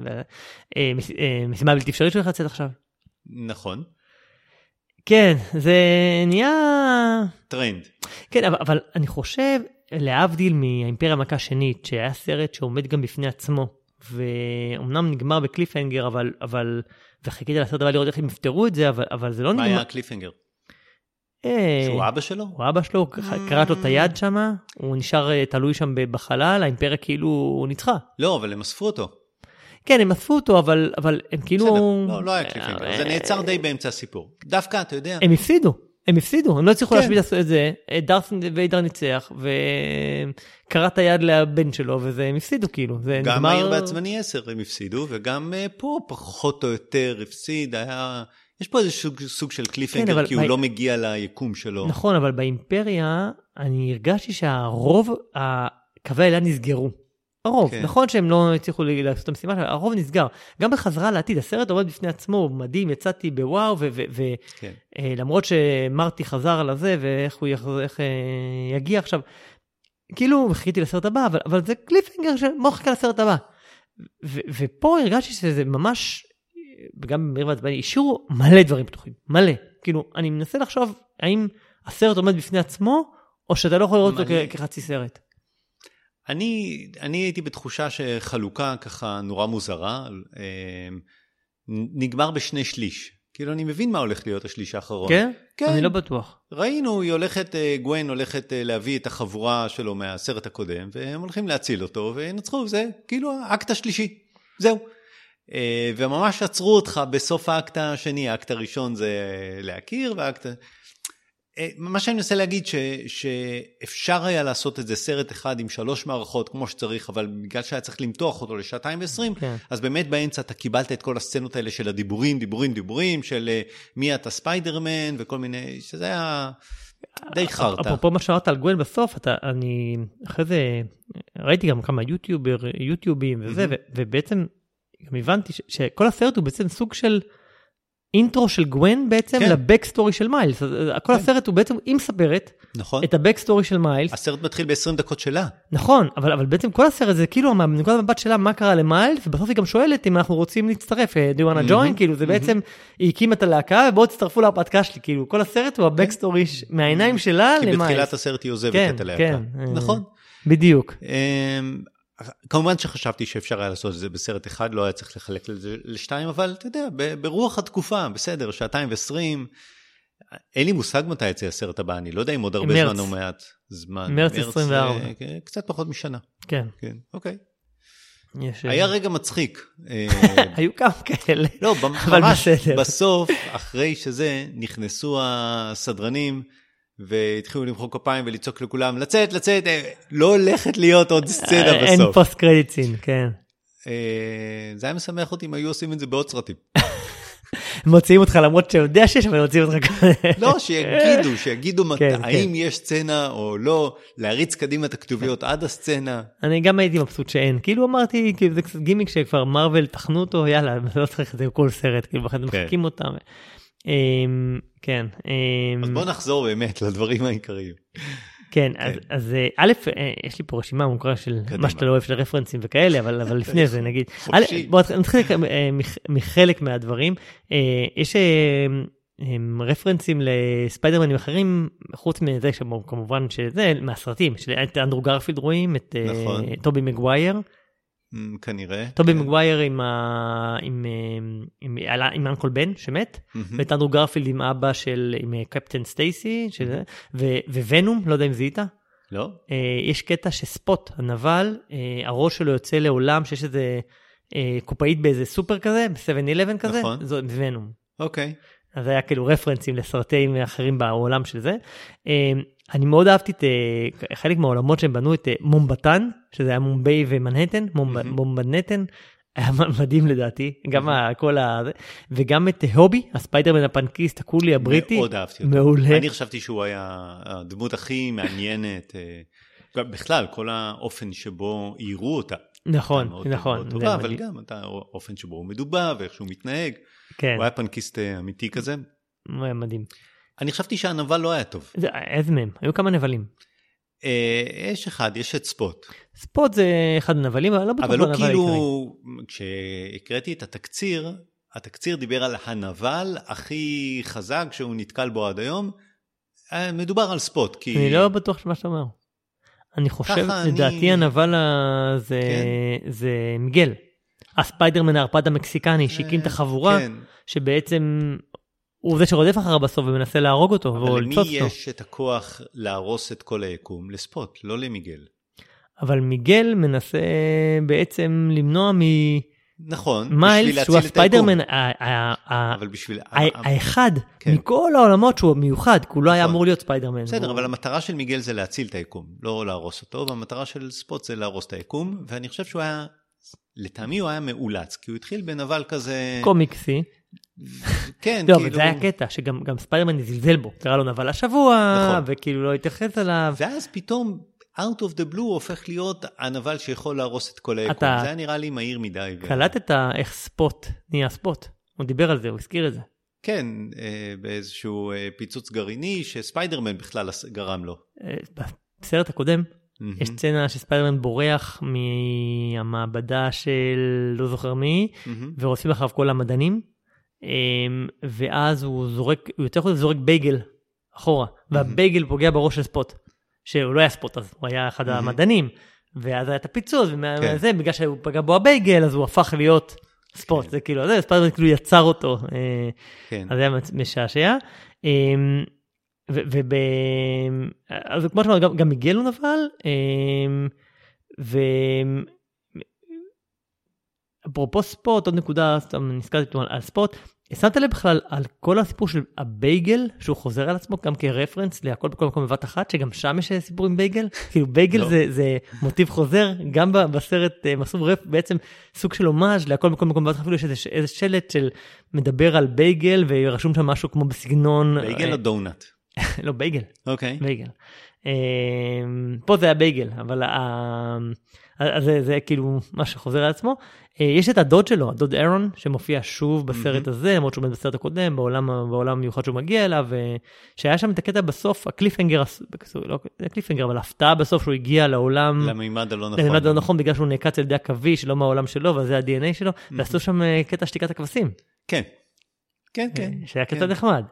S2: משימה בלתי אפשרית שלך לצאת עכשיו.
S1: נכון.
S2: כן, זה נהיה...
S1: טרנד.
S2: כן, אבל אני חושב, להבדיל מהאימפריה המכה שנית, שהיה סרט שעומד גם בפני עצמו, ואומנם נגמר בקליפהנגר, אבל, אבל, וחיכיתי לסרט הבא לראות איך הם יפתרו את זה, אבל, אבל זה לא נגמר.
S1: מה היה הקליפהנגר? שהוא אבא שלו?
S2: הוא אבא שלו, קראת לו את היד שם, הוא נשאר תלוי שם בחלל, האימפריה כאילו ניצחה.
S1: לא, אבל הם אספו אותו.
S2: כן, הם אספו אותו, אבל, אבל הם כאילו...
S1: בסדר, לא, לא היה קליפהנגר, זה נעצר די באמצע הסיפור. דווקא, אתה יודע.
S2: הם הפסידו. הם הפסידו, הם לא הצליחו להשמיד את זה, דארת ויידר ניצח, וקראת היד לבן שלו, וזה הם הפסידו כאילו.
S1: גם מהיר בעצבני עשר הם הפסידו, וגם פה פחות או יותר הפסיד, היה... יש פה איזה סוג של קליפהנגר, כי הוא לא מגיע ליקום שלו.
S2: נכון, אבל באימפריה, אני הרגשתי שהרוב, הקווי האלה נסגרו. הרוב, כן. נכון שהם לא הצליחו לעשות את המשימה, אבל הרוב נסגר. גם בחזרה לעתיד, הסרט עובד בפני עצמו, מדהים, יצאתי בוואו, ולמרות כן. אה, שמרטי חזר לזה, ואיך הוא יחזר, איך, אה, יגיע עכשיו, כאילו, חיכיתי לסרט הבא, אבל, אבל זה קליפהנגר שבוא חכה לסרט הבא. ו, ופה הרגשתי שזה ממש, וגם במהיר ועצבני, אישור מלא דברים פתוחים, מלא. כאילו, אני מנסה לחשוב, האם הסרט עומד בפני עצמו, או שאתה לא יכול לראות אותו כ- כחצי סרט.
S1: אני, אני הייתי בתחושה שחלוקה ככה נורא מוזרה, נגמר בשני שליש. כאילו אני מבין מה הולך להיות השליש האחרון.
S2: כן? כן. אני לא בטוח.
S1: ראינו, היא הולכת, גווין הולכת להביא את החבורה שלו מהסרט הקודם, והם הולכים להציל אותו, ונצחו, זה כאילו האקט השלישי. זהו. וממש עצרו אותך בסוף האקט השני, האקט הראשון זה להכיר, והאקט... מה שאני מנסה להגיד, ש, שאפשר היה לעשות את זה סרט אחד עם שלוש מערכות כמו שצריך, אבל בגלל שהיה צריך למתוח אותו לשעתיים ועשרים, כן. אז באמת באמצע אתה קיבלת את כל הסצנות האלה של הדיבורים, דיבורים, דיבורים, של מי אתה ספיידרמן וכל מיני, שזה היה די חרטה.
S2: אפרופו מה שאמרת על גווין בסוף, אתה, אני אחרי זה ראיתי גם כמה יוטיובר, יוטיובים וזה, mm-hmm. ו, ובעצם גם הבנתי ש, שכל הסרט הוא בעצם סוג של אינטרו של גווין בעצם כן. לבקסטורי של מיילס. כל כן. הסרט הוא בעצם, היא מספרת
S1: נכון.
S2: את הבקסטורי של מיילס.
S1: הסרט מתחיל ב-עשרים דקות שלה.
S2: נכון, אבל, אבל בעצם כל הסרט זה כאילו, מנקודת המבט שלה, מה קרה למיילס, ובסוף היא גם שואלת אם אנחנו רוצים להצטרף, do you wanna join? כאילו זה בעצם, היא הקימה את הלהקה, ובואו תצטרפו להרפתקה שלי, כאילו כל הסרט הוא הבקסטורי מהעיניים שלה למיילס. כי בתחילת
S1: הסרט היא עוזבת את הלהקה. נכון.
S2: בדיוק.
S1: כמובן שחשבתי שאפשר היה לעשות את זה בסרט אחד, לא היה צריך לחלק לזה לשתיים, אבל אתה יודע, ברוח התקופה, בסדר, שעתיים ועשרים, אין לי מושג מתי יצא הסרט הבא, אני לא יודע אם עוד הרבה זמן או מעט זמן.
S2: מרץ עשרים וארבע.
S1: קצת פחות משנה.
S2: כן.
S1: כן, אוקיי. היה רגע מצחיק.
S2: היו כמה כאלה,
S1: לא, ממש בסוף, אחרי שזה, נכנסו הסדרנים, והתחילו למחוא כפיים ולצעוק לכולם, לצאת, לצאת, לא הולכת להיות עוד סצנה בסוף.
S2: אין פוסט קרדיט סין, כן.
S1: זה היה משמח אותי אם היו עושים את זה בעוד סרטים.
S2: מוציאים אותך למרות שיודע שיש, אבל מוציאים אותך כזה.
S1: לא, שיגידו, שיגידו האם יש סצנה או לא, להריץ קדימה את הכתוביות עד הסצנה.
S2: אני גם הייתי מבסוט שאין, כאילו אמרתי, זה קצת גימיק שכבר מרוול תחנו אותו, יאללה, לא צריך את זה כל סרט, כאילו בכלל מחכים אותם. כן.
S1: אז בוא נחזור באמת לדברים העיקריים.
S2: כן, אז א', יש לי פה רשימה מוכרה של מה שאתה לא אוהב של רפרנסים וכאלה, אבל לפני זה נגיד, בוא נתחיל מחלק מהדברים, יש רפרנסים לספיידרמנים אחרים, חוץ מזה כמובן שזה, מהסרטים, את אנדרו גרפילד רואים, את טובי מגווייר,
S1: כנראה.
S2: טובי מגווייר עם עם עם עם אנקל בן שמת, ואת אנדרו גרפילד עם אבא של עם קפטן סטייסי, שזה, וונום, לא יודע אם זיהית?
S1: לא.
S2: יש קטע שספוט, הנבל, הראש שלו יוצא לעולם שיש איזה קופאית באיזה סופר כזה, ב-שבע אלף כזה, זו ונום.
S1: אוקיי.
S2: אז היה כאילו רפרנסים לסרטים אחרים בעולם של זה. אני מאוד אהבתי את חלק מהעולמות שהם בנו את מומבטן, שזה היה מומביי ומנהטן, מומבנטן, היה מדהים לדעתי, גם כל ה... וגם את הובי, הספיידרמן הפנקיסט, הקולי הבריטי.
S1: מאוד אהבתי אותו.
S2: מעולה.
S1: אני חשבתי שהוא היה הדמות הכי מעניינת, בכלל, כל האופן שבו עירו אותה.
S2: נכון, נכון.
S1: טובה, אבל גם האופן שבו הוא מדובר, ואיך שהוא מתנהג. הוא היה פנקיסט אמיתי כזה.
S2: הוא היה מדהים.
S1: אני חשבתי שהנבל לא היה טוב.
S2: איזה מהם? היו כמה נבלים.
S1: יש אחד, יש את ספוט.
S2: ספוט זה אחד הנבלים, אבל לא בטוח
S1: בנבל העיקרי. אבל הוא כאילו, כשהקראתי את התקציר, התקציר דיבר על הנבל הכי חזק שהוא נתקל בו עד היום. מדובר על ספוט. כי...
S2: אני לא בטוח שמה שאתה אומר. אני חושב, לדעתי אני... הנבל זה, כן. זה מיגל. הספיידרמן הערפד המקסיקני שהקים את החבורה, כן. שבעצם הוא זה שרודף אחריו בסוף ומנסה להרוג אותו.
S1: אבל למי יש את הכוח להרוס את כל היקום? לספוט, לא למיגל.
S2: אבל מיגל מנסה בעצם למנוע מ...
S1: נכון,
S2: מיילס, שהוא הספיידרמן,
S1: אבל בשביל...
S2: האחד מכל העולמות שהוא מיוחד, כי הוא לא היה אמור להיות ספיידרמן.
S1: בסדר, אבל המטרה של מיגל זה להציל את היקום, לא להרוס אותו, והמטרה של ספוט זה להרוס את היקום, ואני חושב שהוא היה, לטעמי הוא היה מאולץ, כי הוא התחיל בנבל כזה...
S2: קומיקסי.
S1: כן,
S2: כאילו... אבל זה היה קטע, שגם ספיידרמן זלזל בו, קרא לו נבל השבוע, וכאילו לא התייחס עליו.
S1: ואז פתאום... out of the blue הופך להיות הנבל שיכול להרוס את כל היקום. אתה... זה היה נראה לי מהיר מדי.
S2: קלטת איך ספוט נהיה ספוט. הוא דיבר על זה, הוא הזכיר את זה.
S1: כן, באיזשהו פיצוץ גרעיני שספיידרמן בכלל גרם לו.
S2: בסרט הקודם, mm-hmm. יש סצנה שספיידרמן בורח מהמעבדה של לא זוכר מי, mm-hmm. ורוצים אחריו כל המדענים, ואז הוא זורק, הוא יותר חושב זורק בייגל אחורה, והבייגל פוגע בראש של ספוט. שהוא לא היה ספוט, אז הוא היה אחד המדענים, ואז היה את הפיצוץ, וזה, בגלל שהוא פגע בו הבייגל, אז הוא הפך להיות ספוט, זה כאילו, זה, ספוט כאילו יצר אותו, אז זה היה משעשע, אז כמו שאמרת, גם מיגל הוא נבל, ואפרופו ספוט, עוד נקודה, סתם נזכרתי על ספוט, שמת לב בכלל על כל הסיפור של הבייגל, שהוא חוזר על עצמו גם כרפרנס להכל בכל מקום בבת אחת, שגם שם יש סיפור עם בייגל? כאילו בייגל זה, זה מוטיב חוזר, גם בסרט מסוב רפ, בעצם סוג של הומאז' להכל בכל מקום בבת אחת, אפילו יש איזה, איזה שלט של מדבר על בייגל, ורשום שם משהו כמו בסגנון...
S1: בייגל או דונט?
S2: לא, בייגל.
S1: אוקיי.
S2: בייגל. פה זה הבייגל, אבל זה, זה כאילו מה שחוזר על עצמו. יש את הדוד שלו, הדוד אירון, שמופיע שוב בסרט הזה, למרות שהוא מת בסרט הקודם, בעולם, בעולם המיוחד שהוא מגיע אליו, שהיה שם את הקטע בסוף, הקליפנגר, לא הקליפנגר, אבל ההפתעה בסוף שהוא הגיע לעולם,
S1: למימד הלא נכון.
S2: למימד הלא נכון, בגלל שהוא נעקץ על ידי הכביש, לא מהעולם שלו, וזה ה-די אן איי שלו, ועשו שם קטע שתיקת הכבשים.
S1: כן, כן, כן.
S2: שהיה קטע נחמד.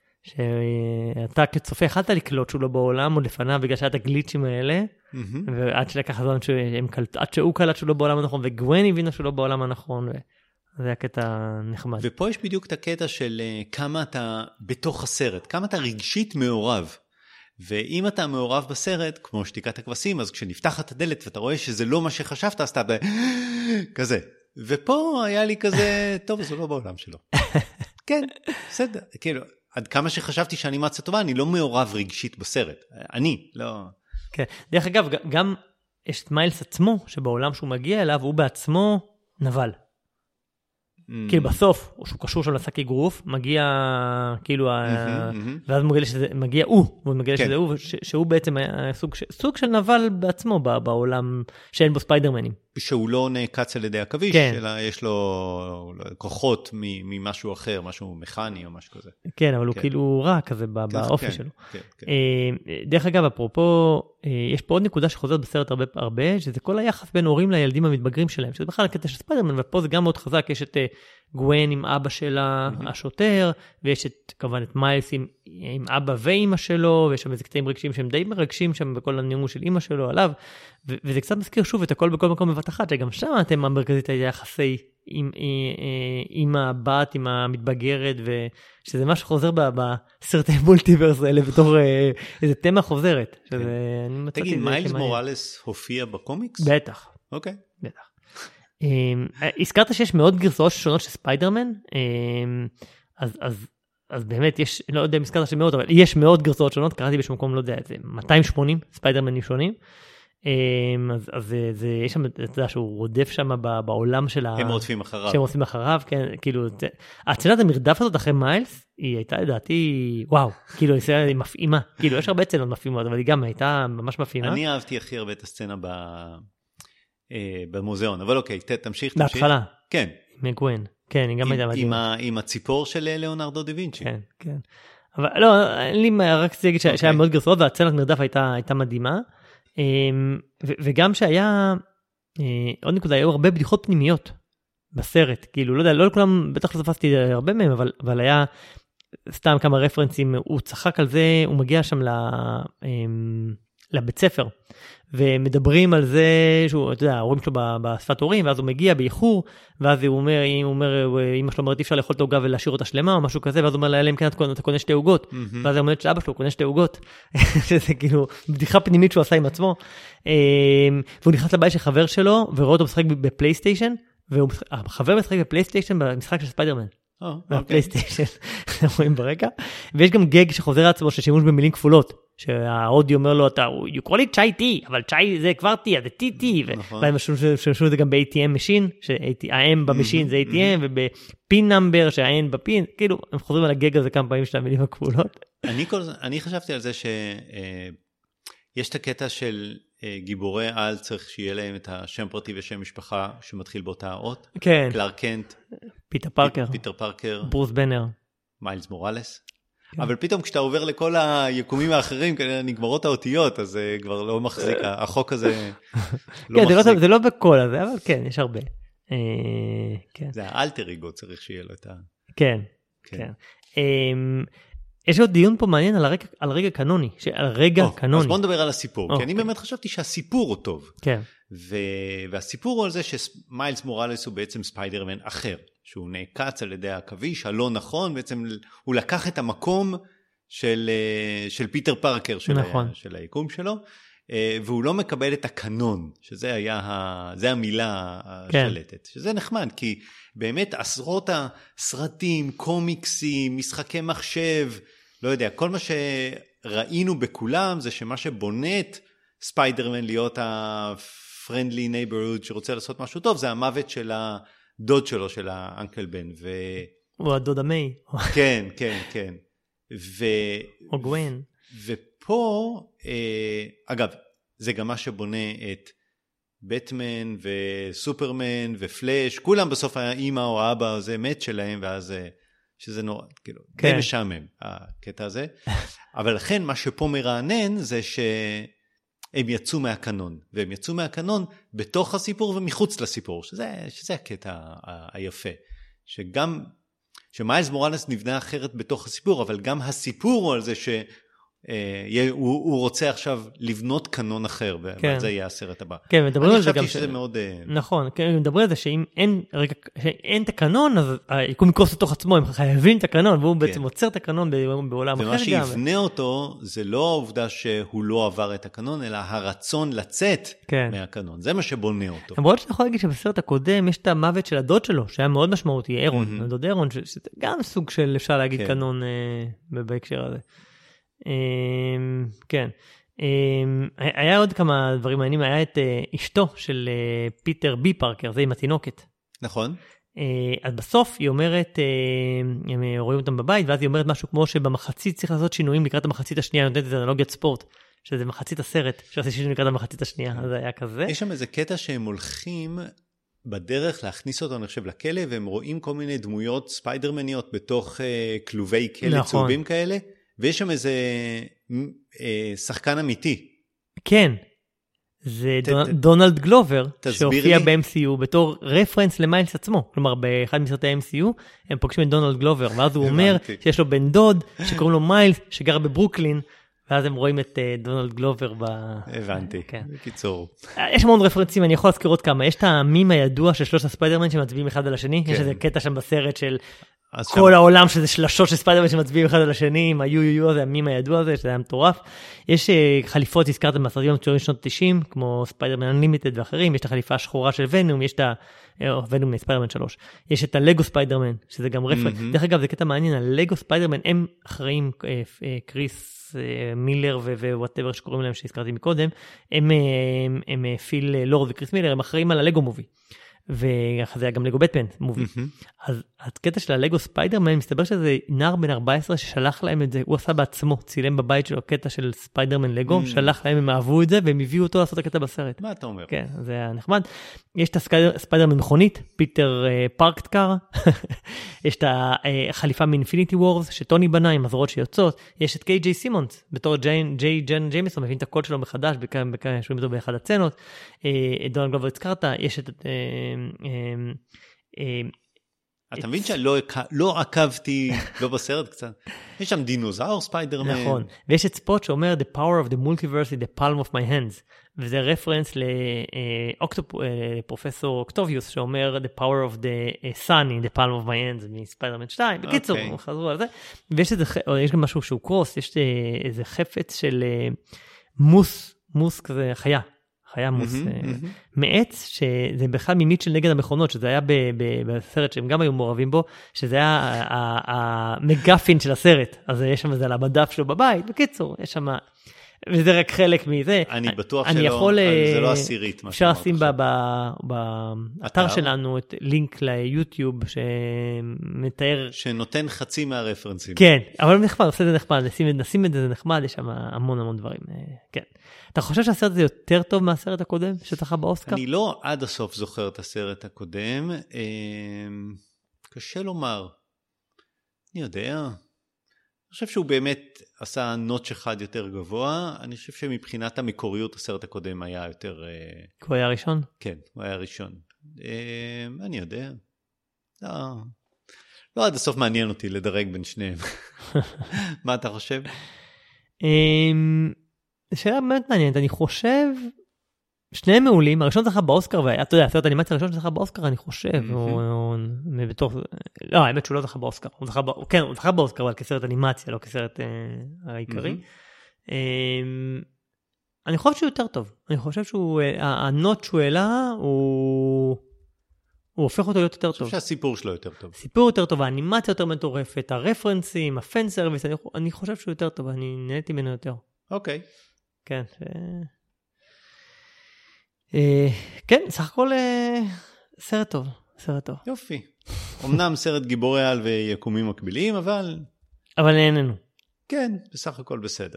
S2: שאתה כצופה יכלת לקלוט שהוא לא בעולם, או לפניו בגלל שהיה את הגליצ'ים האלה, ועד שלקח הזמן עד שהוא קלט שהוא לא בעולם הנכון, וגוון הבינה שהוא לא בעולם הנכון, וזה היה קטע נחמד.
S1: ופה יש בדיוק את הקטע של כמה אתה בתוך הסרט, כמה אתה רגשית מעורב, ואם אתה מעורב בסרט, כמו שתיקת הכבשים, אז כשנפתחת הדלת ואתה רואה שזה לא מה שחשבת, אז אתה כזה. ופה היה לי כזה, טוב, זה לא בעולם שלו. כן, בסדר, כאילו, עד כמה שחשבתי שהאנימציה טובה, אני לא מעורב רגשית בסרט. אני, לא...
S2: כן. דרך אגב, גם יש את מיילס עצמו, שבעולם שהוא מגיע אליו, הוא בעצמו נבל. כאילו בסוף, שהוא קשור שם לשק אגרוף, מגיע, כאילו, ואז מגיע שזה, מגיע הוא, והוא מגיע שזה הוא, שהוא בעצם סוג של נבל בעצמו, בעולם שאין בו ספיידרמנים.
S1: שהוא לא נעקץ על ידי הכביש, אלא יש לו כוחות ממשהו אחר, משהו מכני או משהו כזה.
S2: כן, אבל הוא כאילו רע כזה באופי שלו. דרך אגב, אפרופו, יש פה עוד נקודה שחוזרת בסרט הרבה, שזה כל היחס בין הורים לילדים המתבגרים שלהם, שזה בכלל הקטע של ספיידרמן, ופה זה גם מאוד חזק, יש את גוון עם אבא שלה, השוטר, ויש את, כמובן, את מיילס עם, עם אבא ואמא שלו, ויש שם איזה קטעים רגשיים שהם די מרגשים שם בכל הנאום של אמא שלו עליו, ו- וזה קצת מזכיר שוב את הכל בכל מקום בבת אחת, שגם שם אתם המרכזית היחסי עם, עם הבת, עם המתבגרת, ושזה מה שחוזר בסרטי מולטיברס האלה, בתור איזה תמה חוזרת. שזה,
S1: תגיד, מיילס מוראלס הופיע בקומיקס?
S2: בטח.
S1: אוקיי.
S2: בטח. הזכרת שיש מאוד גרסאות שונות של ספיידרמן, אז, אז, אז באמת יש, לא יודע אם הזכרת שמאות, אבל יש מאוד גרסאות שונות, קראתי בשום מקום, לא יודע, זה מאתיים ושמונים ספיידרמנים שונים, אז, אז זה, יש שם, אתה יודע, שהוא רודף שם בעולם של ה...
S1: הם רודפים אחריו.
S2: שהם רודפים אחריו, כן, כאילו, הצלת המרדף הזאת אחרי מיילס, היא הייתה לדעתי, וואו, כאילו, היא מפעימה, כאילו, יש הרבה צנות מפעימות, אבל היא גם הייתה ממש מפעימה.
S1: אני אהבתי הכי הרבה את הסצנה ב... במוזיאון, אבל אוקיי, תמשיך, תמשיך.
S2: בהתחלה.
S1: כן.
S2: מגוון. כן, היא גם הייתה מדהים.
S1: עם הציפור של ליאונרדו דה וינצ'י.
S2: כן, כן. אבל לא, אין לי רק רציתי להגיד שהיה מאוד גרסאות, והצלת מרדף הייתה מדהימה. וגם שהיה, עוד נקודה, היו הרבה בדיחות פנימיות בסרט. כאילו, לא יודע, לא לכולם, בטח לא תפסתי הרבה מהם, אבל היה סתם כמה רפרנסים, הוא צחק על זה, הוא מגיע שם לבית ספר. ומדברים על זה, שהוא, אתה יודע, ההורים שלו בשפת הורים, ואז הוא מגיע באיחור, ואז הוא אומר, הוא אומר, אמא שלו אומרת, אי אפשר לאכול את העוגה ולהשאיר אותה שלמה, או משהו כזה, ואז הוא אומר לה, אם כן, אתה קונה שתי עוגות, ואז הוא אומר שאבא שלו קונה שתי עוגות, שזה כאילו בדיחה פנימית שהוא עשה עם עצמו, והוא נכנס לבית של חבר שלו, ורואה אותו משחק בפלייסטיישן, והחבר משחק בפלייסטיישן במשחק של ספיידרמן. בפלייסטיישן, רואים ברקע, ויש גם גג שחוזר לעצמו של שימוש במילים כפולות, שהאודי אומר לו, אתה, you call it צ'אי טי, אבל צ'אי זה כבר טי, זה טי טי, והם משהו זה גם ב-איי טי אם משין, שה-M במשין זה איי טי אם, וב-pin number שה-N בפין, כאילו, הם חוזרים על הגג הזה כמה פעמים של המילים הכפולות.
S1: אני חשבתי על זה שיש את הקטע של גיבורי על, צריך שיהיה להם את השם פרטי ושם משפחה, שמתחיל באותה אות.
S2: כן.
S1: קלארק קנט.
S2: פיטר פארקר.
S1: פיטר פארקר.
S2: ברוס בנר.
S1: מיילס מוראלס. אבל פתאום כשאתה עובר לכל היקומים האחרים, כנראה נגמרות האותיות, אז זה כבר לא מחזיק, החוק הזה לא מחזיק.
S2: זה לא בכל הזה, אבל כן, יש הרבה.
S1: זה האלטר אגו צריך שיהיה לו את ה...
S2: כן, כן. יש עוד דיון פה מעניין על רגע קנוני, על רגע קנוני.
S1: אז בוא נדבר על הסיפור, כי אני באמת חשבתי שהסיפור הוא טוב.
S2: כן.
S1: והסיפור הוא על זה שמיילס מוראלס הוא בעצם ספיידרמן אחר, שהוא נעקץ על ידי הכביש הלא נכון, בעצם הוא לקח את המקום של, של פיטר פארקר, של, נכון. ה, של היקום שלו, והוא לא מקבל את הקנון, שזה היה, זה המילה השלטת, שזה נחמד, כי באמת עשרות הסרטים, קומיקסים, משחקי מחשב, לא יודע, כל מה שראינו בכולם, זה שמה שבונט ספיידרמן להיות ה-friendly neighborhood שרוצה לעשות משהו טוב, זה המוות של הדוד שלו, של האנקל בן. ו...
S2: או הדוד המי.
S1: כן, כן, כן. ו...
S2: או גווין.
S1: ופה, אה, אגב, זה גם מה שבונה את בטמן וסופרמן ופלאש, כולם בסוף האמא או האבא, זה מת שלהם, ואז שזה נורא, כאילו, כן. די משעמם, הקטע הזה. אבל לכן מה שפה מרענן זה שהם יצאו מהקנון, והם יצאו מהקנון בתוך הסיפור ומחוץ לסיפור, שזה, שזה הקטע היפה. שגם, שמיילס מוראלס נבנה אחרת בתוך הסיפור, אבל גם הסיפור הוא על זה ש... הוא, הוא רוצה עכשיו לבנות קנון אחר, ועל זה יהיה הסרט הבא.
S2: כן, מדברים על זה גם...
S1: אני חשבתי שזה מאוד...
S2: נכון, כן, מדברים על זה שאם אין, רגע, שאין את הקנון, אז היקום יקרוס לתוך עצמו, הם חייבים את הקנון, והוא בעצם עוצר את הקנון בעולם אחר גם.
S1: ומה שיבנה אותו, זה לא העובדה שהוא לא עבר את הקנון, אלא הרצון לצאת מהקנון. זה מה שבונה אותו.
S2: למרות שאני יכול להגיד שבסרט הקודם, יש את המוות של הדוד שלו, שהיה מאוד משמעותי, אירון, הדוד אירון, שזה גם סוג של, אפשר להגיד, קנון בהקשר הזה. כן, היה עוד כמה דברים מעניינים, היה את אשתו של פיטר בי פארקר, זה עם התינוקת.
S1: נכון.
S2: אז בסוף היא אומרת, הם רואים אותם בבית, ואז היא אומרת משהו כמו שבמחצית צריך לעשות שינויים לקראת המחצית השנייה, נותנת את אנלוגיית ספורט, שזה מחצית הסרט, שעושה שינויים לקראת המחצית השנייה, אז זה היה כזה.
S1: יש שם איזה קטע שהם הולכים בדרך להכניס אותו, אני חושב, לכלא, והם רואים כל מיני דמויות ספיידרמניות בתוך כלובי כלא צהובים כאלה, ויש שם איזה אה, שחקן אמיתי.
S2: כן, זה ת, דונ... ת, דונלד גלובר, שהופיע ב-אם סי יו בתור רפרנס למיילס עצמו. כלומר, באחד מסרטי ה-אם סי יו, הם פוגשים את דונלד גלובר, ואז הוא אומר שיש לו בן דוד, שקוראים לו מיילס, שגר בברוקלין, ואז הם רואים את uh, דונלד גלובר ב...
S1: הבנתי, כן. בקיצור.
S2: יש המון רפרנסים, אני יכול להזכיר עוד כמה. יש את המים הידוע של שלושת הספיידרמן שמצביעים אחד על השני, כן. יש איזה קטע שם בסרט של... כל שם... העולם שזה שלשות של ספיידרמן שמצביעים אחד על השני, עם היו-יו-יו הזה, המים הידוע הזה, שזה היה מטורף. יש uh, חליפות, הזכרתם בסרטים המצוירים שנות תשעים, כמו ספיידרמן אנלימיטד ואחרים, יש את החליפה השחורה של ונום, יש את ה... ונום מספיידרמן שלוש. יש את הלגו ספיידרמן, שזה גם רפרנס. Mm-hmm. דרך אגב, זה קטע מעניין, הלגו ספיידרמן, הם אחראים, קריס מילר ווואטאבר שקוראים להם שהזכרתי מקודם, הם, הם, הם פיל לורד וקריס מילר, הם אחראים על הלגו מובי. ואחרי זה היה גם לגו בטמן מובי. אז הקטע של הלגו ספיידרמן, מסתבר שזה נער בן ארבע עשרה ששלח להם את זה, הוא עשה בעצמו, צילם בבית שלו קטע של ספיידרמן לגו, שלח להם, הם אהבו את זה, והם הביאו אותו לעשות את הקטע בסרט.
S1: מה אתה אומר?
S2: כן, זה היה נחמד. יש את הספיידרמן מכונית, פיטר פארקטקר, יש את החליפה מאינפיניטי וורס, שטוני בנה עם הזרועות שיוצאות, יש את קיי ג'יי סימונס, בתור ג'יי ג'ן ג'יימיסון, מבין את הקול שלו מחדש, שומעים אותו באחד הצנות, דונלד גלובר הזכרת, יש את...
S1: אתה מבין שלא עקבתי, לא בסרט קצת, יש שם דינוזאור ספיידרמן.
S2: נכון, ויש את ספוט שאומר The power of the multiverse in the palm of my hands, וזה רפרנס לפרופסור אוקטוביוס שאומר The power of the sun in the palm of my hands מספיידרמן שתיים, בקיצור, הם חזרו על זה, ויש גם משהו שהוא קרוס, יש איזה חפץ של מוס, מוס כזה, חיה, חיה מוס, מעץ, שזה בכלל ממיט של נגד המכונות, שזה היה בסרט שהם גם היו מעורבים בו, שזה היה המגפין של הסרט, אז יש שם זה על המדף שלו בבית, בקיצור, יש שם, וזה רק חלק מזה.
S1: אני בטוח שלא, זה לא עשירית.
S2: אפשר לשים באתר שלנו את לינק ליוטיוב שמתאר...
S1: שנותן חצי מהרפרנסים.
S2: כן, אבל נחמד, עושה את זה נחמד, נשים את זה, זה נחמד, יש שם המון המון דברים. כן. אתה חושב שהסרט הזה יותר טוב מהסרט הקודם שזכה באוסקר?
S1: אני לא עד הסוף זוכר את הסרט הקודם. קשה לומר. אני יודע. אני חושב שהוא באמת עשה נוטש אחד יותר גבוה. אני חושב שמבחינת המקוריות הסרט הקודם היה יותר...
S2: הוא היה ראשון?
S1: כן, הוא היה ראשון. אני יודע. לא, לא עד הסוף מעניין אותי לדרג בין שניהם. מה אתה חושב?
S2: שאלה באמת מעניינת, אני חושב, שניהם מעולים, הראשון זכה באוסקר, ואתה יודע, הסרט האנימציה הראשון זכה באוסקר, אני חושב, בתוך, לא, האמת שהוא לא זכה באוסקר, כן, הוא זכה באוסקר, אבל כסרט אנימציה, לא כסרט העיקרי. אני חושב שהוא יותר טוב. אני חושב שהוא, הנוט שהוא העלה, הוא... הוא הופך אותו להיות יותר טוב.
S1: אני חושב שהסיפור שלו יותר טוב.
S2: סיפור יותר טוב, האנימציה יותר מטורפת, הרפרנסים, הפן סרוויס, אני, אני חושב שהוא יותר טוב, אני נהניתי ממנו יותר.
S1: אוקיי.
S2: כן. ש... אה, כן, סך הכל אה, סרט טוב, סרט טוב.
S1: יופי. אמנם סרט גיבורי על ויקומים מקבילים, אבל...
S2: אבל נהנינו.
S1: כן, בסך הכל בסדר.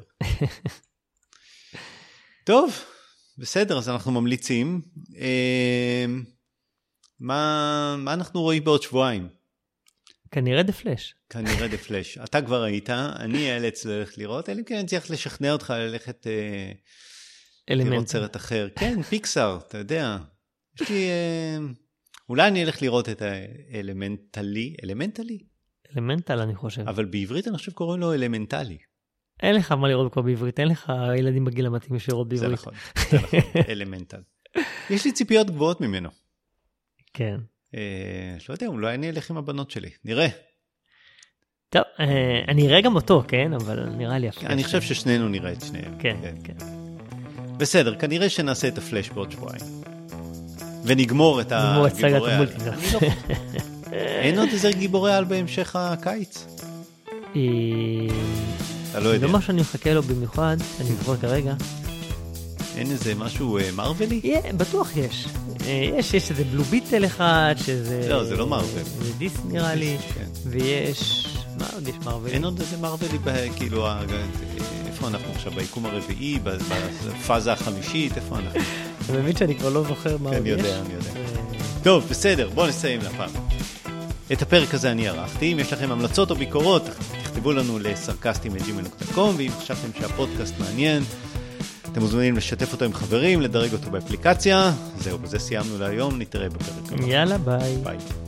S1: טוב, בסדר, אז אנחנו ממליצים. אה... מה, מה אנחנו רואים בעוד שבועיים?
S2: כנראה דה פלאש.
S1: כנראה דה פלאש. אתה כבר היית, אני אאלץ ללכת לראות, אלא אם כן אני צריך לשכנע אותך ללכת אה, לראות סרט אחר. כן, פיקסאר, אתה יודע. יש לי, אה, אולי אני אלך לראות את האלמנטלי, אלמנטלי?
S2: אלמנטל אני חושב.
S1: אבל בעברית אני חושב קוראים לו אלמנטלי.
S2: אין לך מה לראות כבר בעברית, אין לך ילדים בגיל המתאים שירות בעברית.
S1: זה נכון, זה נכון, אלמנטל. יש לי ציפיות גבוהות ממנו.
S2: כן.
S1: אה, לא יודע, אולי אני אלך עם הבנות שלי. נראה.
S2: טוב, אה, אני אראה גם אותו, כן? אבל נראה לי הפלאש.
S1: אני חושב ששנינו נראה את שניהם.
S2: כן, כן. כן.
S1: בסדר, כנראה שנעשה את הפלאש בעוד שבועיים. ונגמור את הגיבורי על. אין עוד איזה גיבורי על בהמשך הקיץ? אתה לא יודע.
S2: זה מה שאני מחכה לו במיוחד, אני אגבור כרגע.
S1: אין איזה משהו מרוoli?
S2: בטוח יש. יש, יש איזה בלו ביטל אחד, שזה...
S1: לא, זה לא מרוול.
S2: זה דיס נראה לי. ויש... מה עוד יש מרוול?
S1: אין עוד איזה מרוול, כאילו, איפה אנחנו עכשיו? ביקום הרביעי, בפאזה החמישית, איפה אנחנו?
S2: אתה מבין שאני כבר לא זוכר מה עוד יש?
S1: אני יודע, אני יודע. טוב, בסדר, בואו נסיים לפעם. את הפרק הזה אני ערכתי. אם יש לכם המלצות או ביקורות, תכתבו לנו לסרקסטים את ג'ימייל דוט קום, ואם חשבתם שהפודקאסט מעניין, אתם מוזמנים לשתף אותו עם חברים, לדרג אותו באפליקציה. זהו, בזה סיימנו להיום, נתראה בפרק הבא.
S2: יאללה, ביי.
S1: ביי.